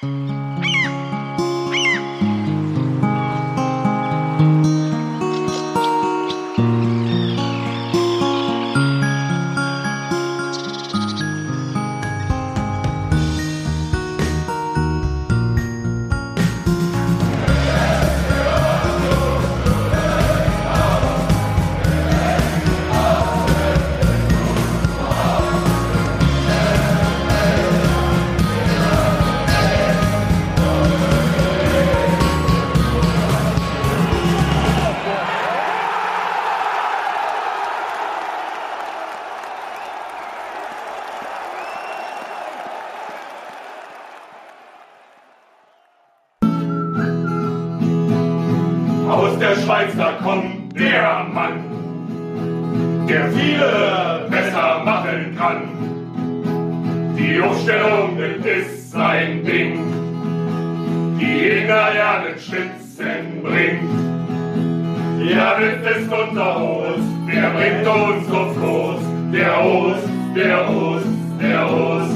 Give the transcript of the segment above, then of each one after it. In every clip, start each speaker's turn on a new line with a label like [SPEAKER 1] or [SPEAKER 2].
[SPEAKER 1] Aus der Schweiz, da kommt der Mann, der viele besser machen kann. Die Aufstellung, das ist sein Ding, die Jäger ja den Schützen bringt. Ja, das ist unser Host, der bringt uns auf Kurs. Der Host, der Host, der Host.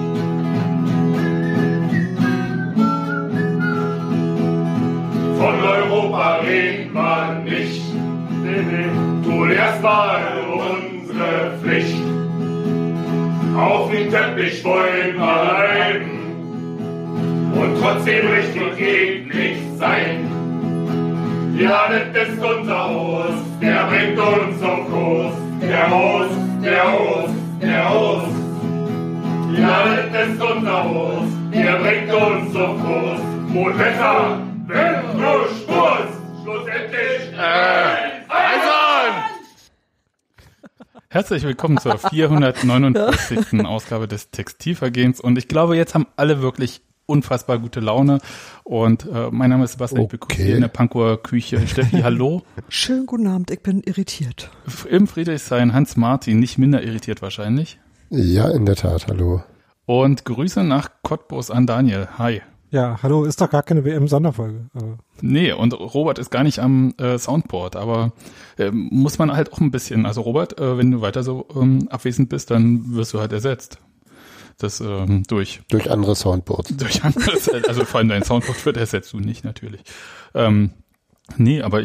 [SPEAKER 1] Von Europa reden wir nicht. Tun erstmal unsere Pflicht. Auf dem Teppich wollen wir bleiben und trotzdem richtig eklig sein. Ja, das ist unser Host, der bringt uns auf Kurs. Der Host, der Host, der Host. Ja, das ist unser Host, der bringt uns auf Kurs. Und besser, wenn du spurst, schlussendlich Eisern!
[SPEAKER 2] Herzlich willkommen zur 449. Ausgabe des Textilvergehens. Und ich glaube, jetzt haben alle wirklich unfassbar gute Laune. Und mein Name ist Sebastian, ich begrüße hier in der Pankower Küche. Steffi, hallo.
[SPEAKER 3] Schönen guten Abend, ich bin irritiert.
[SPEAKER 2] Im Friedrichshain Hans-Martin, nicht minder irritiert wahrscheinlich.
[SPEAKER 4] Ja, in der Tat, hallo.
[SPEAKER 2] Und Grüße nach Cottbus an Daniel. Hi.
[SPEAKER 5] Ja, hallo, ist doch gar keine WM-Sonderfolge.
[SPEAKER 2] Nee, und Robert ist gar nicht am Soundboard, aber muss man halt auch ein bisschen, also Robert, wenn du weiter so abwesend bist, dann wirst du halt ersetzt. Das durch
[SPEAKER 4] andere Soundboards.
[SPEAKER 2] Durch andere, also vor allem dein Soundboard wird ersetzt, du nicht natürlich. Nee, aber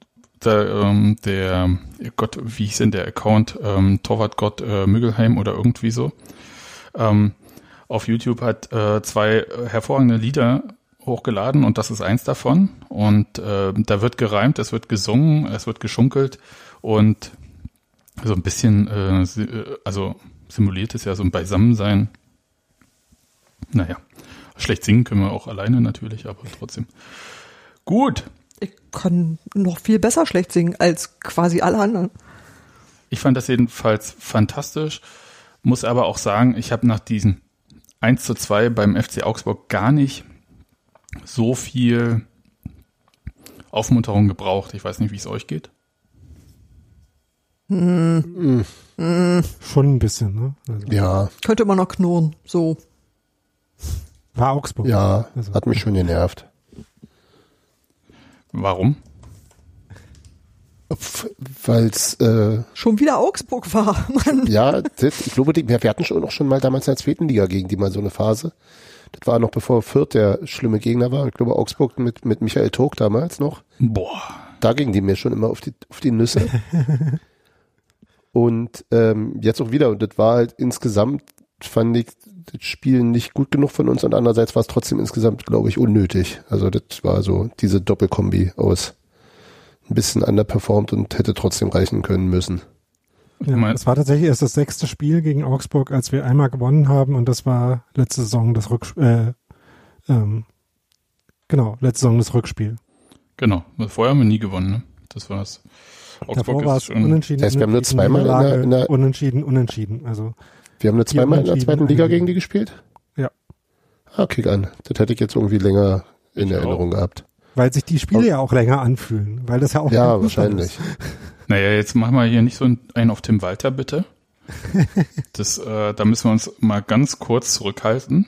[SPEAKER 2] der Gott, wie hieß denn der Account, Torwartgott Müggelheim oder irgendwie so, auf YouTube hat 2 hervorragende Lieder hochgeladen und das ist eins davon. Und da wird gereimt, es wird gesungen, es wird geschunkelt und so ein bisschen, also simuliert es ja so ein Beisammensein. Naja, schlecht singen können wir auch alleine natürlich, aber trotzdem. Gut.
[SPEAKER 3] Ich kann noch viel besser schlecht singen als quasi alle anderen.
[SPEAKER 2] Ich fand das jedenfalls fantastisch, muss aber auch sagen, ich habe nach diesen 1:2 beim FC Augsburg gar nicht so viel Aufmunterung gebraucht. Ich weiß nicht, wie es euch geht.
[SPEAKER 5] Schon ein bisschen, ne? Also.
[SPEAKER 4] Ja.
[SPEAKER 3] Könnte immer noch knurren, so.
[SPEAKER 5] War Augsburg.
[SPEAKER 4] Ja, hat mich schon genervt.
[SPEAKER 2] Warum?
[SPEAKER 4] Weil's
[SPEAKER 3] schon wieder Augsburg war, Mann.
[SPEAKER 4] Ja, ich glaube, wir hatten schon mal damals in der 2. Liga gegen die mal so eine Phase. Das war noch bevor Fürth der schlimme Gegner war. Ich glaube, Augsburg mit Michael Turk damals noch.
[SPEAKER 2] Boah.
[SPEAKER 4] Da gingen die mir schon immer auf die Nüsse. Und jetzt auch wieder. Und das war halt insgesamt, fand ich das Spiel nicht gut genug von uns. Und andererseits war es trotzdem insgesamt, glaube ich, unnötig. Also das war so diese Doppelkombi aus ein bisschen underperformt und hätte trotzdem reichen können müssen.
[SPEAKER 5] Ja, es war tatsächlich erst das 6. Spiel gegen Augsburg, als wir einmal gewonnen haben und das war letzte Saison das Rückspiel.
[SPEAKER 2] Genau, vorher haben wir nie gewonnen, ne? Das war's.
[SPEAKER 5] Augsburg war es unentschieden.
[SPEAKER 4] Das heißt, wir haben nur zweimal in der
[SPEAKER 5] Unentschieden. Also
[SPEAKER 4] wir haben nur zweimal in der 2. Liga gegen die gespielt?
[SPEAKER 5] Ja.
[SPEAKER 4] Ah, kick an. Das hätte ich jetzt irgendwie länger in Erinnerung gehabt.
[SPEAKER 5] Weil sich die Spiele ja auch länger anfühlen, weil das ja auch
[SPEAKER 4] ja wahrscheinlich.
[SPEAKER 2] Naja, jetzt machen wir hier nicht so einen auf Tim Walter, bitte. Da müssen wir uns mal ganz kurz zurückhalten.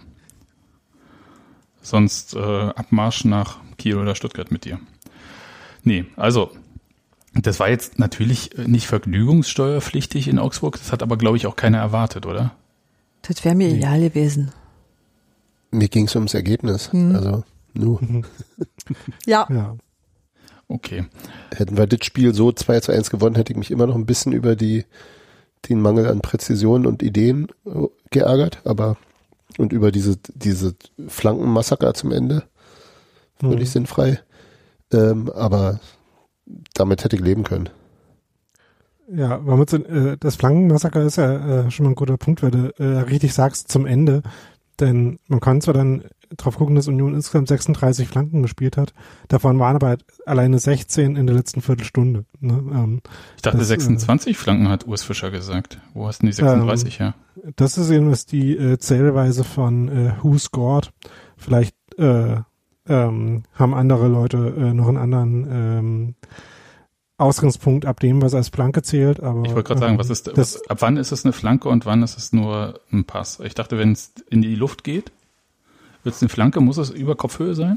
[SPEAKER 2] Sonst Abmarsch nach Kiel oder Stuttgart mit dir. Nee, also das war jetzt natürlich nicht vergnügungssteuerpflichtig in Augsburg. Das hat aber, glaube ich, auch keiner erwartet, oder?
[SPEAKER 3] Das wäre mir egal gewesen.
[SPEAKER 4] Mir ging es ums Ergebnis. Also, nur.
[SPEAKER 3] Ja.
[SPEAKER 5] Ja.
[SPEAKER 2] Okay.
[SPEAKER 4] Hätten wir das Spiel so 2-1 gewonnen, hätte ich mich immer noch ein bisschen über den Mangel an Präzision und Ideen geärgert, und über diese Flankenmassaker zum Ende. Völlig sinnfrei. Aber damit hätte ich leben können.
[SPEAKER 5] Ja, das Flankenmassaker ist ja schon mal ein guter Punkt, weil du richtig sagst, zum Ende. Denn man kann zwar dann drauf gucken, dass Union insgesamt 36 Flanken gespielt hat. Davon waren aber alleine 16 in der letzten Viertelstunde. Ne?
[SPEAKER 2] Ich dachte, 26 Flanken hat Urs Fischer gesagt. Wo hast denn die 36 her?
[SPEAKER 5] Das ist jedenfalls die Zählweise von Who Scored. Vielleicht haben andere Leute noch einen anderen Ausgangspunkt ab dem, was als Flanke zählt. Aber
[SPEAKER 2] Ich wollte gerade sagen, ab wann ist es eine Flanke und wann ist es nur ein Pass? Ich dachte, wenn es in die Luft geht, wird es eine Flanke, muss es über Kopfhöhe sein?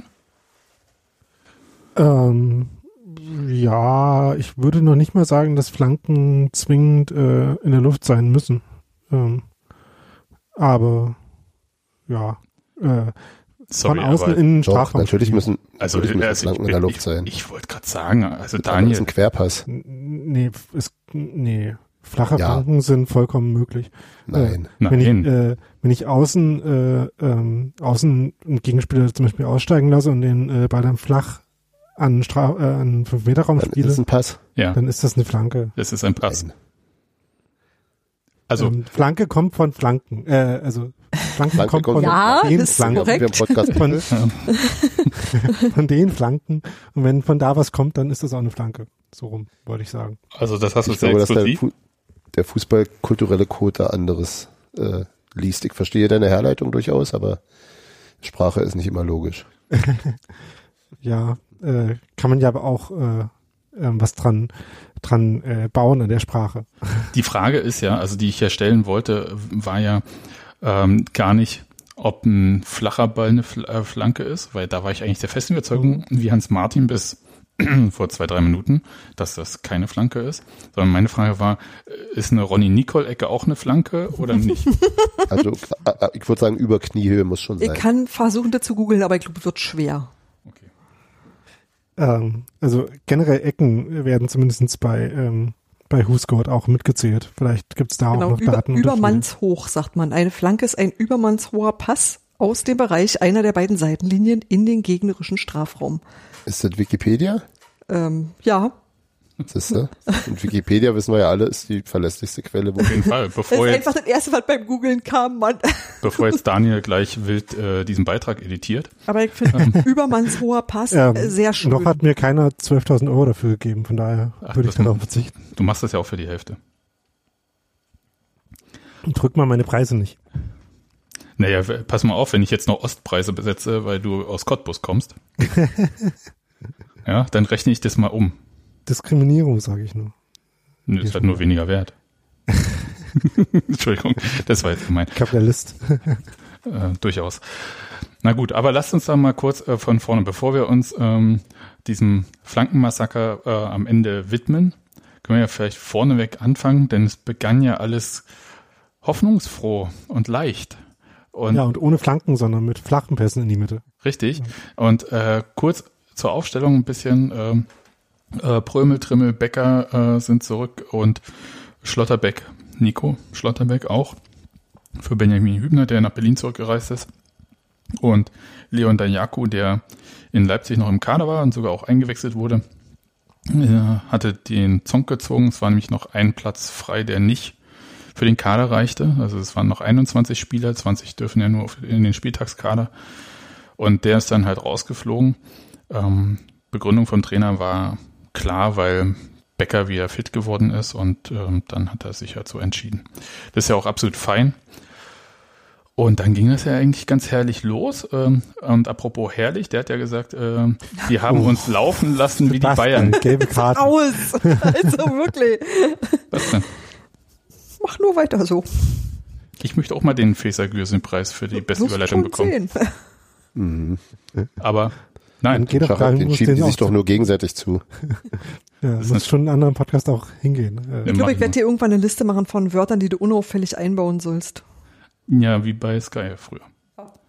[SPEAKER 5] Ja, ich würde noch nicht mal sagen, dass Flanken zwingend in der Luft sein müssen. Aber ja,
[SPEAKER 2] Sorry,
[SPEAKER 5] von außen
[SPEAKER 2] aber
[SPEAKER 5] in den
[SPEAKER 4] Doch,
[SPEAKER 5] Strafraum.
[SPEAKER 4] natürlich müssen
[SPEAKER 2] also
[SPEAKER 4] Flanken in der Luft sein.
[SPEAKER 2] Ich wollte gerade sagen, also
[SPEAKER 4] Das
[SPEAKER 2] Daniel,
[SPEAKER 4] ist ein Querpass.
[SPEAKER 5] Nee, flache
[SPEAKER 4] Ja.
[SPEAKER 5] Flanken sind vollkommen möglich.
[SPEAKER 4] Nein.
[SPEAKER 5] Wenn ich außen einen Gegenspieler zum Beispiel aussteigen lasse und den Ball dann flach an 5-Meter-Raum
[SPEAKER 4] Dann ist
[SPEAKER 5] spiele,
[SPEAKER 4] es ein Pass.
[SPEAKER 2] ja,
[SPEAKER 5] dann ist das eine Flanke.
[SPEAKER 2] das ist ein Pass.
[SPEAKER 4] Nein.
[SPEAKER 2] Also,
[SPEAKER 5] Flanke kommt von Flanken. Flanken
[SPEAKER 4] Flanke
[SPEAKER 5] kommt von
[SPEAKER 4] kommt
[SPEAKER 3] von-
[SPEAKER 5] den
[SPEAKER 3] Ja, ist
[SPEAKER 5] Flanken.
[SPEAKER 3] korrekt.
[SPEAKER 4] Wir haben Podcast
[SPEAKER 5] Von den Flanken. Und wenn von da was kommt, dann ist das auch eine Flanke. So rum, wollte ich sagen.
[SPEAKER 2] also das hast du
[SPEAKER 4] Ich
[SPEAKER 2] sehr
[SPEAKER 4] glaube, dass
[SPEAKER 2] exklusiv.
[SPEAKER 4] der fußballkulturelle Code da anderes liest. Ich verstehe deine Herleitung durchaus, aber Sprache ist nicht immer logisch.
[SPEAKER 5] Ja, kann man ja aber auch was dran bauen an der Sprache.
[SPEAKER 2] Die Frage ist ja, also die ich ja stellen wollte, war ja gar nicht, ob ein flacher Ball eine Flanke ist, weil da war ich eigentlich der festen Überzeugung, wie Hans Martin bis vor 2-3 Minuten, dass das keine Flanke ist, sondern meine Frage war, ist eine Ronny-Nicol-Ecke auch eine Flanke oder nicht?
[SPEAKER 4] Also ich würde sagen, über Kniehöhe muss schon
[SPEAKER 3] Ich
[SPEAKER 4] sein.
[SPEAKER 3] kann versuchen, das zu googeln, aber ich glaube, es wird schwer.
[SPEAKER 5] Also generell Ecken werden zumindest bei Who Scored auch mitgezählt. Vielleicht gibt's da auch
[SPEAKER 3] Genau,
[SPEAKER 5] noch Daten.
[SPEAKER 3] übermannshoch, sagt man. Eine Flanke ist ein übermannshoher Pass aus dem Bereich einer der beiden Seitenlinien in den gegnerischen Strafraum.
[SPEAKER 4] Ist das Wikipedia?
[SPEAKER 3] Ja,
[SPEAKER 4] Siehst du? Und Wikipedia, wissen wir ja alle, ist die verlässlichste Quelle.
[SPEAKER 2] Auf jeden Fall,
[SPEAKER 3] das ist einfach das Erste, was beim Googlen kam, Mann.
[SPEAKER 2] bevor jetzt Daniel gleich wild diesen Beitrag editiert.
[SPEAKER 3] Aber ich finde, übermannshoher Pass sehr schön.
[SPEAKER 5] Noch hat mir keiner 12.000 € dafür gegeben, von daher würde ich
[SPEAKER 2] das
[SPEAKER 5] darauf verzichten.
[SPEAKER 2] Du machst das ja auch für die Hälfte.
[SPEAKER 5] Und drück mal meine Preise nicht.
[SPEAKER 2] Naja, pass mal auf, wenn ich jetzt noch Ostpreise besetze, weil du aus Cottbus kommst. Ja, dann rechne ich das mal um.
[SPEAKER 5] Diskriminierung, sage ich nur.
[SPEAKER 2] Nö, das hat nur weniger Wert. Entschuldigung, das war jetzt gemein.
[SPEAKER 5] Kapitalist.
[SPEAKER 2] Durchaus. Na gut, aber lasst uns da mal kurz von vorne, bevor wir uns diesem Flankenmassaker am Ende widmen, können wir ja vielleicht vorneweg anfangen, denn es begann ja alles hoffnungsfroh und leicht. Und
[SPEAKER 5] Ja, und ohne Flanken, sondern mit flachen Pässen in die Mitte.
[SPEAKER 2] richtig. Und kurz zur Aufstellung ein bisschen Prömel, Trimmel, Becker sind zurück und Schlotterbeck, Nico Schlotterbeck auch für Benjamin Hübner, der nach Berlin zurückgereist ist, und Leon Dajaku, der in Leipzig noch im Kader war und sogar auch eingewechselt wurde, hatte den Zonk gezogen. Es war nämlich noch ein Platz frei, der nicht für den Kader reichte. Also es waren noch 21 Spieler, 20 dürfen ja nur in den Spieltagskader, und der ist dann halt rausgeflogen. Begründung vom Trainer war klar, weil Becker wieder fit geworden ist, und dann hat er sich halt so entschieden. Das ist ja auch absolut fein. Und dann ging das ja eigentlich ganz herrlich los. Und apropos herrlich, der hat ja gesagt, die haben uns laufen lassen wie die Bayern.
[SPEAKER 5] Gelbe Karte.
[SPEAKER 3] Aus! Also wirklich.
[SPEAKER 2] Was denn?
[SPEAKER 3] Mach nur weiter so.
[SPEAKER 2] Ich möchte auch mal den Feser-Gürsen-Preis für die beste
[SPEAKER 3] Wirst
[SPEAKER 2] Überleitung
[SPEAKER 3] schon
[SPEAKER 2] bekommen.
[SPEAKER 3] sehen.
[SPEAKER 2] Aber
[SPEAKER 5] Dann
[SPEAKER 2] nein,
[SPEAKER 5] geh doch
[SPEAKER 4] Schach,
[SPEAKER 5] dahin,
[SPEAKER 4] den
[SPEAKER 5] wo es
[SPEAKER 4] schieben die
[SPEAKER 5] den
[SPEAKER 4] sich
[SPEAKER 5] auch
[SPEAKER 4] doch nur gegenseitig zu.
[SPEAKER 5] Ja,
[SPEAKER 2] ist
[SPEAKER 5] muss schon in einen anderen Podcast auch hingehen.
[SPEAKER 3] Ich glaube, ich werde dir irgendwann eine Liste machen von Wörtern, die du unauffällig einbauen sollst.
[SPEAKER 2] ja, wie bei Sky früher.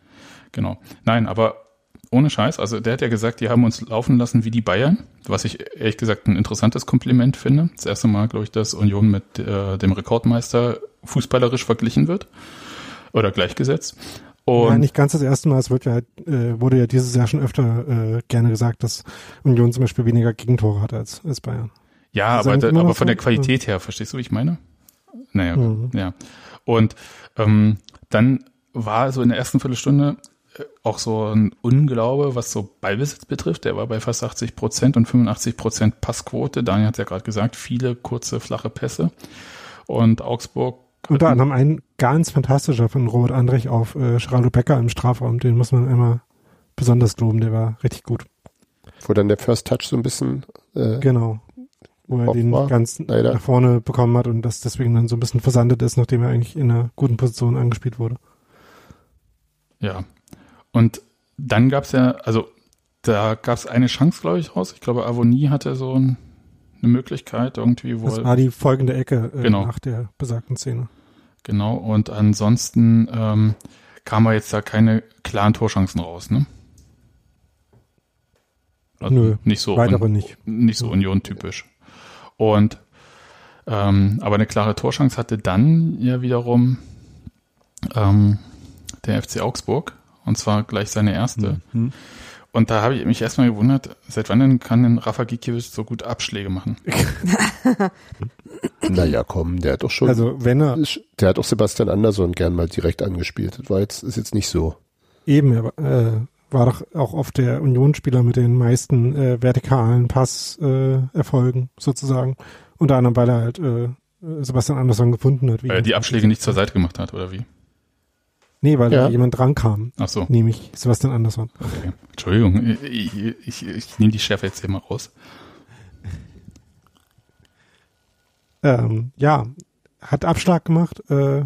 [SPEAKER 2] Genau. Nein, aber ohne Scheiß, also der hat ja gesagt, die haben uns laufen lassen wie die Bayern, was ich ehrlich gesagt ein interessantes Kompliment finde. Das erste Mal, glaube ich, dass Union mit dem Rekordmeister fußballerisch verglichen wird oder gleichgesetzt. Und
[SPEAKER 5] ja, nicht ganz das erste Mal, es wurde ja dieses Jahr schon öfter gerne gesagt, dass Union zum Beispiel weniger Gegentore hat als Bayern.
[SPEAKER 2] ja,
[SPEAKER 5] Sie sagen immer
[SPEAKER 2] aber
[SPEAKER 5] noch
[SPEAKER 2] von
[SPEAKER 5] so?
[SPEAKER 2] der Qualität her, verstehst du, wie ich meine? Naja, ja. Und dann war so in der ersten Viertelstunde auch so ein Unglaube, was so Ballbesitz betrifft. Der war bei fast 80% und 85% Passquote. Daniel hat es ja gerade gesagt, viele kurze, flache Pässe. Und Augsburg.
[SPEAKER 5] Unter anderem ein ganz fantastischer von Robert Andrich auf Geraldo Becker im Strafraum. Den muss man immer besonders loben. Der war richtig gut.
[SPEAKER 4] Wo dann der First Touch so ein bisschen
[SPEAKER 5] Genau. Wo er den
[SPEAKER 4] war,
[SPEAKER 5] ganz
[SPEAKER 4] leider.
[SPEAKER 5] nach vorne bekommen hat und das deswegen dann so ein bisschen versandet ist, nachdem er eigentlich in einer guten Position angespielt wurde.
[SPEAKER 2] Ja. Und dann gab's ja, also da gab's eine Chance, glaube ich, raus. Ich glaube, Avonie hatte so eine Möglichkeit irgendwie, wo
[SPEAKER 5] Das war die folgende Ecke
[SPEAKER 2] Genau.
[SPEAKER 5] nach der besagten Szene.
[SPEAKER 2] genau. Und ansonsten kamen jetzt da keine klaren Torchancen raus, ne? Also
[SPEAKER 5] Nö,
[SPEAKER 2] nicht so
[SPEAKER 5] weitere nicht.
[SPEAKER 2] Nicht so Union-typisch. Und aber eine klare Torchance hatte dann ja wiederum der FC Augsburg, und zwar gleich seine erste. Und da habe ich mich erstmal gewundert, seit wann denn kann denn Rafa Gikiewicz so gut Abschläge machen?
[SPEAKER 4] Naja, komm, der hat doch schon,
[SPEAKER 5] Also wenn er
[SPEAKER 4] der hat auch Sebastian Andersson gern mal direkt angespielt. Das ist jetzt nicht so.
[SPEAKER 5] eben, er war doch auch oft der Unionsspieler mit den meisten vertikalen Passerfolgen sozusagen. Unter anderem, weil er halt Sebastian Andersson gefunden hat.
[SPEAKER 2] Weil er die Abschläge nicht zur Seite gemacht hat, oder wie?
[SPEAKER 5] Nee, weil
[SPEAKER 4] Ja.
[SPEAKER 5] da jemand drankam,
[SPEAKER 2] Ach so,
[SPEAKER 5] nämlich Sebastian Andersson.
[SPEAKER 2] okay. Entschuldigung, ich nehme die Schärfe jetzt hier mal raus.
[SPEAKER 5] Ja, hat Abschlag gemacht.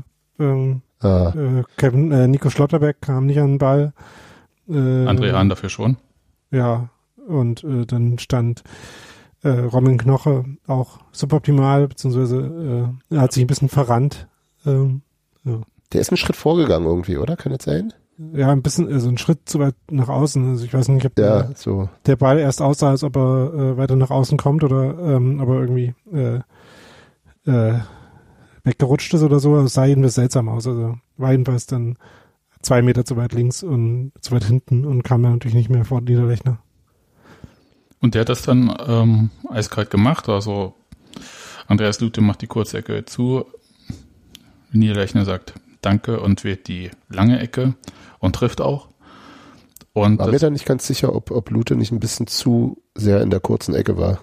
[SPEAKER 5] Nico Schlotterbeck kam nicht an den Ball.
[SPEAKER 2] André Hahn dafür schon.
[SPEAKER 5] Ja, und dann stand Robin Knoche auch suboptimal, beziehungsweise er hat sich ein bisschen verrannt.
[SPEAKER 4] Der ist einen Schritt vorgegangen irgendwie, oder? Kann das sein?
[SPEAKER 5] Ja, ein bisschen, so einen Schritt zu weit nach außen. Also ich weiß nicht, ob
[SPEAKER 4] Ja, so.
[SPEAKER 5] der Ball erst aussah, als ob er weiter nach außen kommt oder aber irgendwie weggerutscht ist oder so. Es sah jedenfalls seltsam aus. Also war jedenfalls dann 2 Meter zu weit links und zu weit hinten und kam dann natürlich nicht mehr vor Niederlechner.
[SPEAKER 2] Und der hat das dann eiskalt gemacht. Also Andreas Lute macht die Kurzecke zu. Niederlechner sagt Danke und wählt die lange Ecke und trifft auch. Und
[SPEAKER 4] War mir da nicht ganz sicher, ob Lute nicht ein bisschen zu sehr in der kurzen Ecke war.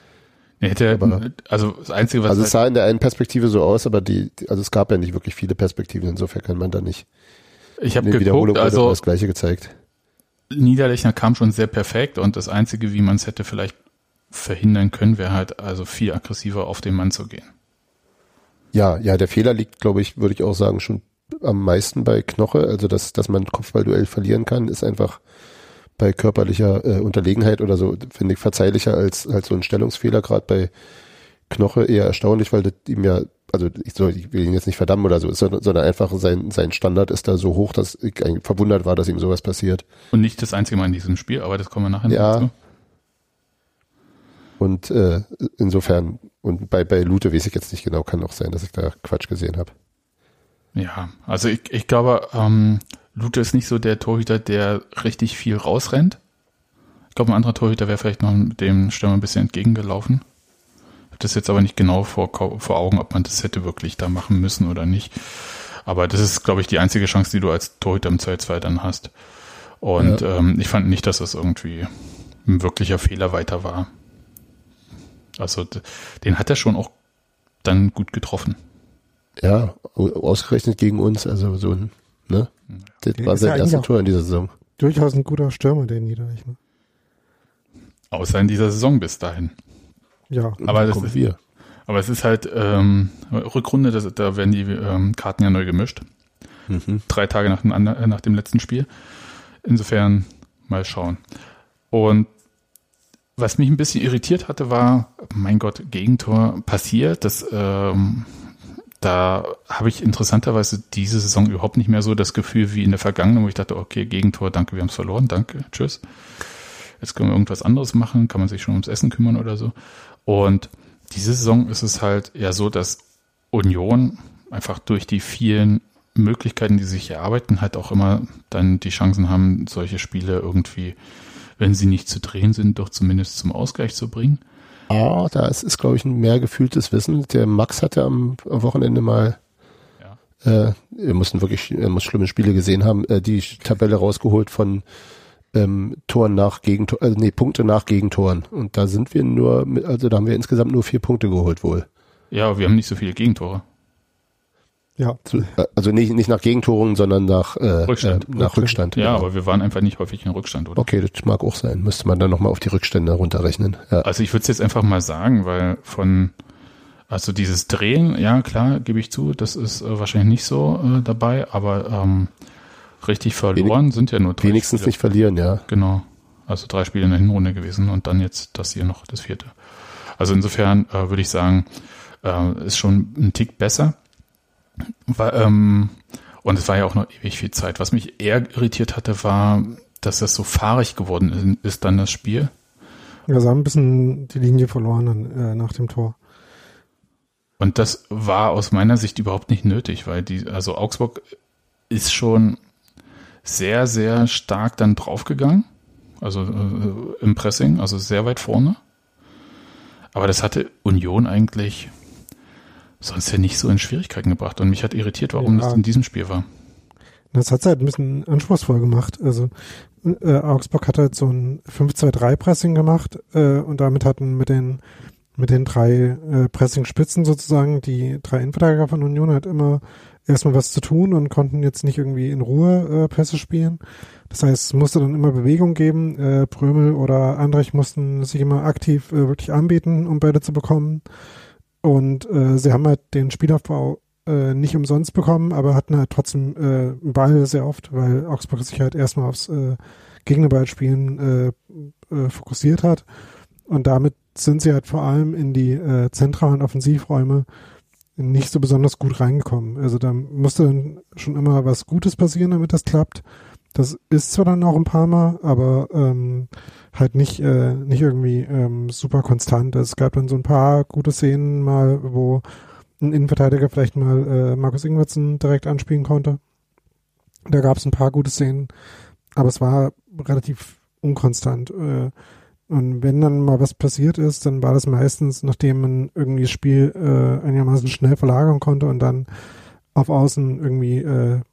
[SPEAKER 2] also das Einzige, was
[SPEAKER 4] Also es sah in der einen Perspektive so aus, aber also es gab ja nicht wirklich viele Perspektiven, insofern kann man da nicht
[SPEAKER 2] ich habe
[SPEAKER 4] in der Wiederholung
[SPEAKER 2] geguckt, also
[SPEAKER 4] das Gleiche gezeigt.
[SPEAKER 2] Niederlechner kam schon sehr perfekt und das Einzige, wie man es hätte vielleicht verhindern können, wäre halt also viel aggressiver auf den Mann zu gehen.
[SPEAKER 4] Ja, der Fehler liegt, glaube ich, würde ich auch sagen, schon am meisten bei Knoche. Also, dass man ein Kopfballduell verlieren kann, ist einfach bei körperlicher Unterlegenheit oder so, finde ich, verzeihlicher als so ein Stellungsfehler. Gerade bei Knoche eher erstaunlich, weil das ihm ja, also ich will ihn jetzt nicht verdammen oder so, sondern einfach sein Standard ist da so hoch, dass ich eigentlich verwundert war, dass ihm sowas passiert.
[SPEAKER 2] Und nicht das einzige Mal in diesem Spiel, aber das kommen wir nachher noch
[SPEAKER 4] Ja.
[SPEAKER 2] dazu.
[SPEAKER 4] Und insofern, und bei Lute weiß ich jetzt nicht genau, kann auch sein, dass ich da Quatsch gesehen habe.
[SPEAKER 2] Ja, also ich glaube, Lute ist nicht so der Torhüter, der richtig viel rausrennt. Ich glaube, ein anderer Torhüter wäre vielleicht noch dem Stürmer ein bisschen entgegengelaufen. Ich habe das jetzt aber nicht genau vor Augen, ob man das hätte wirklich da machen müssen oder nicht. Aber das ist, glaube ich, die einzige Chance, die du als Torhüter im 2-2 dann hast. Und ich fand nicht, dass das irgendwie ein wirklicher Fehler weiter war. Also den hat er schon auch dann gut getroffen.
[SPEAKER 4] Ja, ausgerechnet gegen uns, also so ein, ne? Das
[SPEAKER 5] Der
[SPEAKER 4] war
[SPEAKER 5] ist
[SPEAKER 4] sein
[SPEAKER 5] ja
[SPEAKER 4] erstes
[SPEAKER 5] eigentlich
[SPEAKER 4] Tor in dieser Saison.
[SPEAKER 5] Durchaus ein guter Stürmer, der Niederlechner.
[SPEAKER 2] Außer in dieser Saison bis dahin.
[SPEAKER 5] Ja,
[SPEAKER 2] Aber das
[SPEAKER 4] Kommen
[SPEAKER 2] ist,
[SPEAKER 4] wir.
[SPEAKER 2] aber es ist halt Rückrunde, da werden die Karten ja neu gemischt. 3 Tage nach dem letzten Spiel. Insofern mal schauen. Und was mich ein bisschen irritiert hatte, war, mein Gott, Gegentor passiert. Das da habe ich interessanterweise diese Saison überhaupt nicht mehr so das Gefühl wie in der vergangenen, wo ich dachte, okay, Gegentor, danke, wir haben es verloren, danke, tschüss. Jetzt können wir irgendwas anderes machen, kann man sich schon ums Essen kümmern oder so. Und diese Saison ist es halt ja so, dass Union einfach durch die vielen Möglichkeiten, die sich erarbeiten, halt auch immer dann die Chancen haben, solche Spiele irgendwie, wenn sie nicht zu drehen sind, doch zumindest zum Ausgleich zu bringen.
[SPEAKER 4] Da ist glaube ich, ein mehr gefühltes Wissen. Der Max hatte am Wochenende mal, er muss schlimme Spiele gesehen haben, die Tabelle rausgeholt von Toren nach Gegentoren, Punkte nach Gegentoren. Und da sind wir da haben wir insgesamt nur 4 Punkte geholt wohl.
[SPEAKER 2] Ja, aber wir haben nicht so viele Gegentore.
[SPEAKER 5] Ja.
[SPEAKER 4] Also nicht nach Gegentoren, sondern nach Rückstand.
[SPEAKER 2] Ja,
[SPEAKER 4] genau.
[SPEAKER 2] Aber wir waren einfach nicht häufig in Rückstand, oder?
[SPEAKER 4] Okay, das mag auch sein. Müsste man dann nochmal auf die Rückstände runterrechnen. Ja.
[SPEAKER 2] Also ich würde es jetzt einfach mal sagen, weil also dieses Drehen, ja klar, gebe ich zu, das ist wahrscheinlich nicht so dabei, aber richtig verloren sind ja nur 3
[SPEAKER 4] wenigstens
[SPEAKER 2] Spiele.
[SPEAKER 4] Nicht verlieren, ja.
[SPEAKER 2] Genau. Also 3 Spiele in der Hinrunde gewesen und dann jetzt das hier noch, das 4. Also insofern würde ich sagen, ist schon ein Tick besser. Und es war ja auch noch ewig viel Zeit. Was mich eher irritiert hatte, war, dass das so fahrig geworden ist dann das Spiel.
[SPEAKER 5] Ja, sie haben ein bisschen die Linie verloren nach dem Tor.
[SPEAKER 2] Und das war aus meiner Sicht überhaupt nicht nötig, weil also Augsburg ist schon sehr, sehr stark dann draufgegangen. Also im Pressing, also sehr weit vorne. Aber das hatte Union eigentlich sonst ja nicht so in Schwierigkeiten gebracht. Und mich hat irritiert, warum das in diesem Spiel war.
[SPEAKER 5] Das hat es halt ein bisschen anspruchsvoll gemacht. Also Augsburg hat halt so ein 5-2-3-Pressing gemacht und damit hatten mit den 3 Pressing-Spitzen sozusagen die 3 Innenverteidiger von Union halt immer erstmal was zu tun und konnten jetzt nicht irgendwie in Ruhe Pässe spielen. Das heißt, es musste dann immer Bewegung geben. Prömel oder Andrich mussten sich immer aktiv wirklich anbieten, um Bälle zu bekommen. Und sie haben halt den Spielaufbau nicht umsonst bekommen, aber hatten halt trotzdem einen Ball sehr oft, weil Augsburg sich halt erstmal aufs Gegnerballspielen fokussiert hat. Und damit sind sie halt vor allem in die zentralen Offensivräume nicht so besonders gut reingekommen. Also da musste dann schon immer was Gutes passieren, damit das klappt. Das ist zwar dann auch ein paar Mal, aber halt nicht irgendwie super konstant. Es gab dann so ein paar gute Szenen mal, wo ein Innenverteidiger vielleicht mal Markus Ingwertsen direkt anspielen konnte. Da gab es ein paar gute Szenen, aber es war relativ unkonstant. Und wenn dann mal was passiert ist, dann war das meistens, nachdem man irgendwie das Spiel einigermaßen schnell verlagern konnte und dann auf Außen irgendwie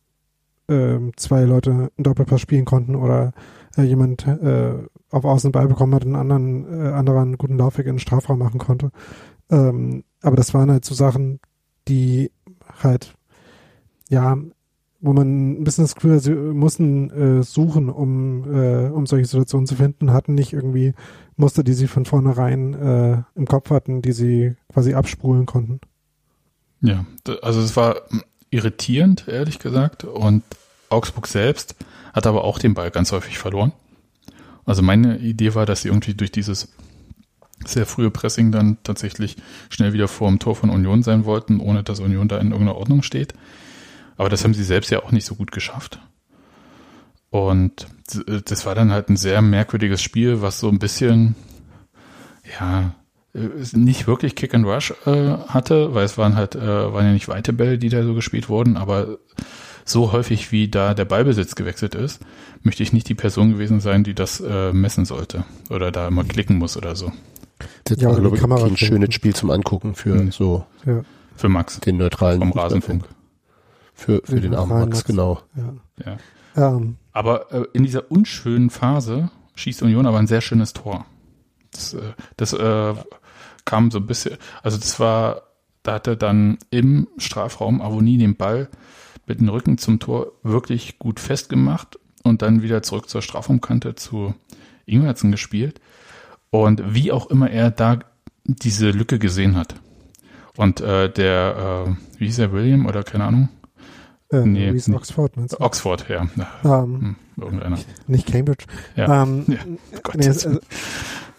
[SPEAKER 5] 2 Leute einen Doppelpass spielen konnten oder jemand auf Außen den Ball bekommen hat und einen anderen guten Laufweg in den Strafraum machen konnte. Aber das waren halt so Sachen, die halt, ja, wo man ein bisschen das Gefühl hat, sie mussten suchen, um solche Situationen zu finden, hatten nicht irgendwie Muster, die sie von vornherein im Kopf hatten, die sie quasi abspulen konnten.
[SPEAKER 2] Ja, also es war irritierend, ehrlich gesagt, und Augsburg selbst hat aber auch den Ball ganz häufig verloren. Also meine Idee war, dass sie irgendwie durch dieses sehr frühe Pressing dann tatsächlich schnell wieder vor dem Tor von Union sein wollten, ohne dass Union da in irgendeiner Ordnung steht. Aber das haben sie selbst ja auch nicht so gut geschafft. Und das war dann halt ein sehr merkwürdiges Spiel, was so ein bisschen, ja, nicht wirklich Kick and Rush hatte, weil es waren ja nicht weite Bälle, die da so gespielt wurden, aber so häufig, wie da der Ballbesitz gewechselt ist, möchte ich nicht die Person gewesen sein, die das messen sollte oder da immer klicken muss oder so.
[SPEAKER 4] Das war, glaube ich, ein schönes Spiel zum Angucken für
[SPEAKER 2] für Max.
[SPEAKER 4] Den neutralen
[SPEAKER 2] vom Rasenfunk.
[SPEAKER 4] Für den armen Max, genau.
[SPEAKER 2] Ja. Aber in dieser unschönen Phase schießt Union aber ein sehr schönes Tor. Das kam so ein bisschen, also da hatte dann im Strafraum Avoni den Ball mit dem Rücken zum Tor wirklich gut festgemacht und dann wieder zurück zur Strafraumkante zu Ingwertsen gespielt. Und wie auch immer er da diese Lücke gesehen hat. Und wie hieß er, William oder keine Ahnung?
[SPEAKER 5] Nee, wie ist Oxford, meinst du?
[SPEAKER 2] Oxford, ja. Irgendeiner.
[SPEAKER 5] Nicht Cambridge.
[SPEAKER 2] Ja.
[SPEAKER 5] Gott,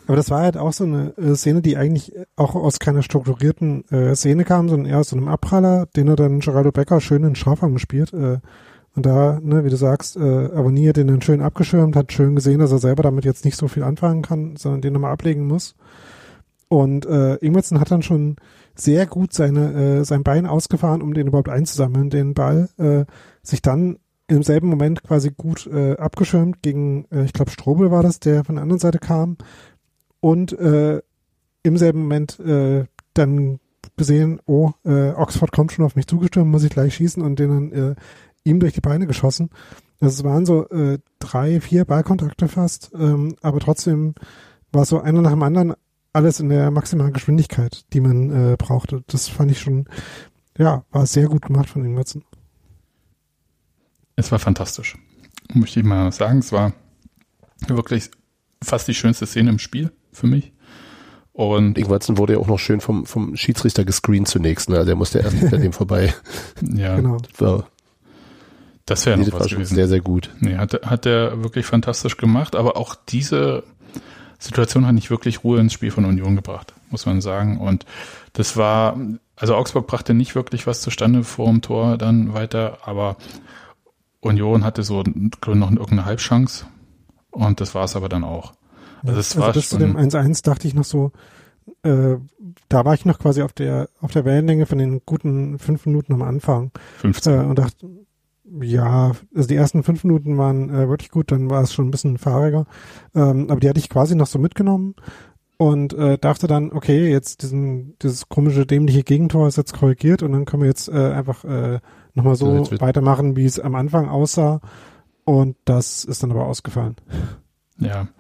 [SPEAKER 5] Aber das war halt auch so eine Szene, die eigentlich auch aus keiner strukturierten Szene kam, sondern eher aus so einem Abpraller, den hat dann Geraldo Becker schön in Strafraum gespielt. Und da, ne, wie du sagst, Avoni hat den dann schön abgeschirmt, hat schön gesehen, dass er selber damit jetzt nicht so viel anfangen kann, sondern den nochmal ablegen muss. Und Ingwertsen hat dann schon sehr gut sein Bein ausgefahren, um den überhaupt einzusammeln, den Ball, sich dann im selben Moment quasi gut abgeschirmt gegen, ich glaube Strobel war das, der von der anderen Seite kam, und im selben Moment dann gesehen, Oxford kommt schon auf mich zugestürmt, muss ich gleich schießen, und den dann ihm durch die Beine geschossen. Also es waren so 3, 4 Ballkontakte fast, aber trotzdem war es so einer nach dem anderen alles in der maximalen Geschwindigkeit, die man brauchte. Das fand ich schon, ja, war sehr gut gemacht von Ingwertsen.
[SPEAKER 2] Es war fantastisch, möchte ich mal sagen. Es war wirklich fast die schönste Szene im Spiel für mich. Und
[SPEAKER 4] Ingwertsen wurde ja auch noch schön vom Schiedsrichter gescreent zunächst. Ne? Der musste erst hinter dem vorbei.
[SPEAKER 2] Ja,
[SPEAKER 5] genau.
[SPEAKER 4] So.
[SPEAKER 2] Das wäre noch
[SPEAKER 4] Das
[SPEAKER 2] was
[SPEAKER 4] war schon
[SPEAKER 2] gewesen.
[SPEAKER 4] sehr, sehr gut.
[SPEAKER 2] Nee, hat er wirklich fantastisch gemacht, aber auch diese Situation hat nicht wirklich Ruhe ins Spiel von Union gebracht, muss man sagen. Und das war, also Augsburg brachte nicht wirklich was zustande vor dem Tor dann weiter, aber Union hatte so noch irgendeine Halbchance und das war es aber dann auch. Also es war
[SPEAKER 5] bis zu
[SPEAKER 2] schon,
[SPEAKER 5] dem 1-1 dachte ich noch so, da war ich noch quasi auf der Wellenlänge von den guten 5 Minuten am Anfang
[SPEAKER 2] 15.
[SPEAKER 5] und dachte, ja, also die ersten 5 Minuten waren wirklich gut, dann war es schon ein bisschen fahriger, aber die hatte ich quasi noch so mitgenommen und dachte dann, okay, jetzt dieses komische, dämliche Gegentor ist jetzt korrigiert und dann können wir jetzt einfach nochmal so weitermachen, wie es am Anfang aussah, und das ist dann aber ausgefallen.
[SPEAKER 2] Ja.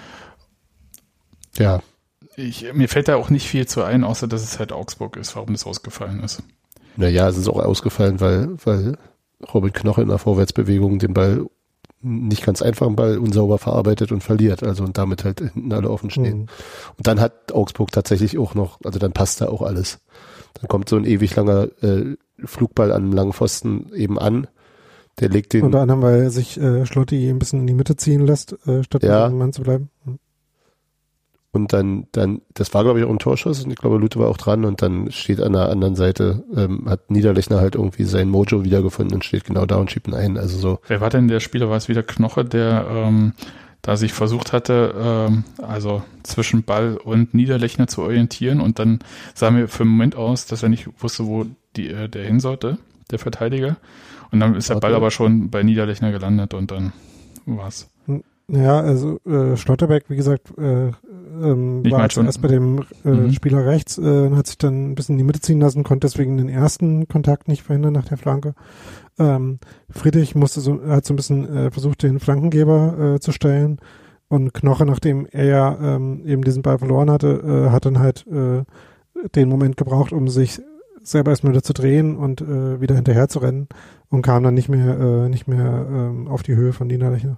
[SPEAKER 4] Ja.
[SPEAKER 2] Mir fällt da auch nicht viel zu ein, außer dass es halt Augsburg ist, warum das ausgefallen ist.
[SPEAKER 4] Naja, es ist auch ausgefallen, weil Robin Knoche in der Vorwärtsbewegung den Ball, nicht ganz einfachen Ball, unsauber verarbeitet und verliert. Also und damit halt hinten alle offen stehen.
[SPEAKER 5] Mhm.
[SPEAKER 4] Und dann hat Augsburg tatsächlich auch noch, also dann passt da auch alles. Dann kommt so ein ewig langer Flugball an einem langen Pfosten eben an. Der legt den.
[SPEAKER 5] Unter anderem, weil sich Schlotti ein bisschen in die Mitte ziehen lässt, statt mit dem Mann zu bleiben. Mhm.
[SPEAKER 4] Und dann, das war glaube ich auch ein Torschuss und ich glaube Lute war auch dran und dann steht an der anderen Seite, hat Niederlechner halt irgendwie sein Mojo wiedergefunden und steht genau da und schiebt ihn ein, also so.
[SPEAKER 2] Wer war denn der Spieler? War es wieder Knoche, der da sich versucht hatte, also zwischen Ball und Niederlechner zu orientieren, und dann sah mir für einen Moment aus, dass er nicht wusste, wo der hin sollte, der Verteidiger, und dann ist der Ball aber schon bei Niederlechner gelandet und dann war's.
[SPEAKER 5] Ja, also Schlotterbeck, wie gesagt, war zuerst bei dem Spieler rechts, hat sich dann ein bisschen in die Mitte ziehen lassen, konnte deswegen den ersten Kontakt nicht verhindern nach der Flanke. Friedrich hat so ein bisschen versucht, den Flankengeber zu stellen, und Knoche, nachdem er ja eben diesen Ball verloren hatte, hat dann halt den Moment gebraucht, um sich selber erstmal wieder zu drehen und wieder hinterher zu rennen, und kam dann nicht mehr auf die Höhe von Niederlechner.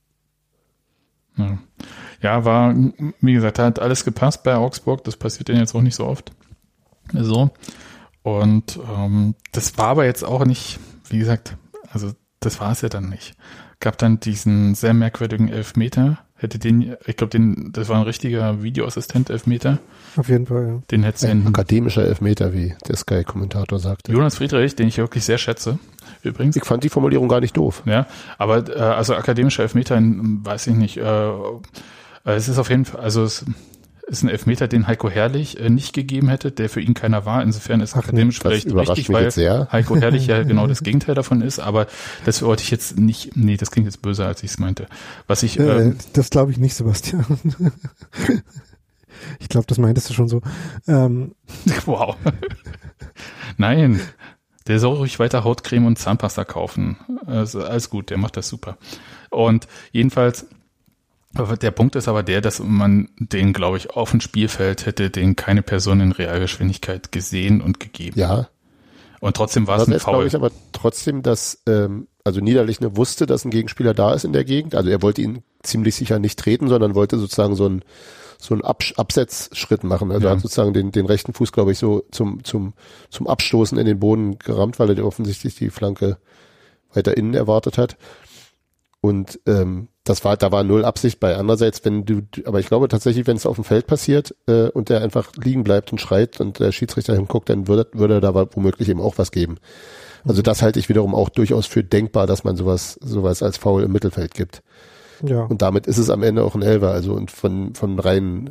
[SPEAKER 2] Ja, war, wie gesagt, da hat alles gepasst bei Augsburg. Das passiert denn jetzt auch nicht so oft. So. Und das war aber jetzt auch nicht, wie gesagt, also das war es ja dann nicht. Gab dann diesen sehr merkwürdigen Elfmeter. Ich glaube, das war ein richtiger Videoassistent-Elfmeter.
[SPEAKER 5] Auf jeden Fall, ja.
[SPEAKER 2] Den hätte
[SPEAKER 4] Ein akademischer Elfmeter, wie der Sky-Kommentator sagte.
[SPEAKER 2] Jonas Friedrich, den ich wirklich sehr schätze, übrigens.
[SPEAKER 4] Ich fand die Formulierung gar nicht doof.
[SPEAKER 2] Ja, aber also akademischer Elfmeter, weiß ich nicht. Es ist auf jeden Fall, also es ist ein Elfmeter, den Heiko Herrlich nicht gegeben hätte, der für ihn keiner war. Insofern ist akademisch vielleicht richtig, weil Heiko Herrlich ja genau das Gegenteil davon ist. Aber das wollte ich jetzt nicht, das klingt jetzt böser, als ich es meinte. Was ich
[SPEAKER 5] das glaube ich nicht, Sebastian. Ich glaube, das meintest du schon so.
[SPEAKER 2] Wow. Nein, der soll ruhig weiter Hautcreme und Zahnpasta kaufen. Also alles gut, der macht das super. Und jedenfalls, der Punkt ist aber der, dass man den, glaube ich, auf dem Spielfeld hätte den keine Person in Realgeschwindigkeit gesehen und gegeben.
[SPEAKER 4] Ja.
[SPEAKER 2] Und trotzdem war es ein Foul.
[SPEAKER 4] Glaube ich aber trotzdem, dass also Niederlechner wusste, dass ein Gegenspieler da ist in der Gegend. Also er wollte ihn ziemlich sicher nicht treten, sondern wollte sozusagen so einen Absetzschritt machen. Also er hat sozusagen den rechten Fuß, glaube ich, so zum Abstoßen in den Boden gerammt, weil er offensichtlich die Flanke weiter innen erwartet hat. Und da war null Absicht bei. Andererseits, aber ich glaube tatsächlich, wenn es auf dem Feld passiert und der einfach liegen bleibt und schreit und der Schiedsrichter hinguckt, dann würde er da womöglich eben auch was geben. Also das halte ich wiederum auch durchaus für denkbar, dass man sowas als Foul im Mittelfeld gibt.
[SPEAKER 5] Ja.
[SPEAKER 4] Und damit ist es am Ende auch ein Elfer. Also und von der reinen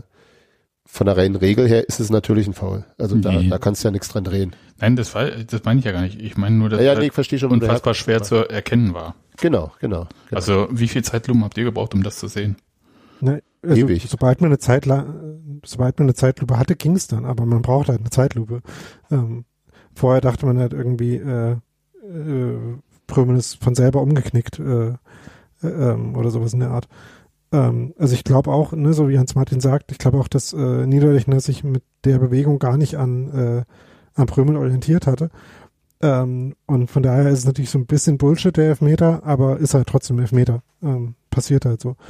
[SPEAKER 4] Regel her ist es natürlich ein Foul. Also da kannst du ja nichts dran drehen.
[SPEAKER 2] Nein, das meine ich ja gar nicht. Ich meine nur, dass
[SPEAKER 4] ich verstehe schon,
[SPEAKER 2] unfassbar schwer zu erkennen war.
[SPEAKER 4] Genau.
[SPEAKER 2] Also wie viel Zeitlupen habt ihr gebraucht, um das zu sehen?
[SPEAKER 5] Ne, also,
[SPEAKER 4] ewig.
[SPEAKER 5] Sobald man eine Zeitlupe hatte, ging es dann, aber man braucht halt eine Zeitlupe. Vorher dachte man halt irgendwie, Prömel ist von selber umgeknickt oder sowas in der Art. Also ich glaube auch, ne, so wie Hans-Martin sagt, ich glaube auch, dass Niederlechner sich mit der Bewegung gar nicht an Prömel orientiert hatte. Und von daher ist es natürlich so ein bisschen Bullshit, der Elfmeter, aber ist halt trotzdem Elfmeter. Passiert halt so.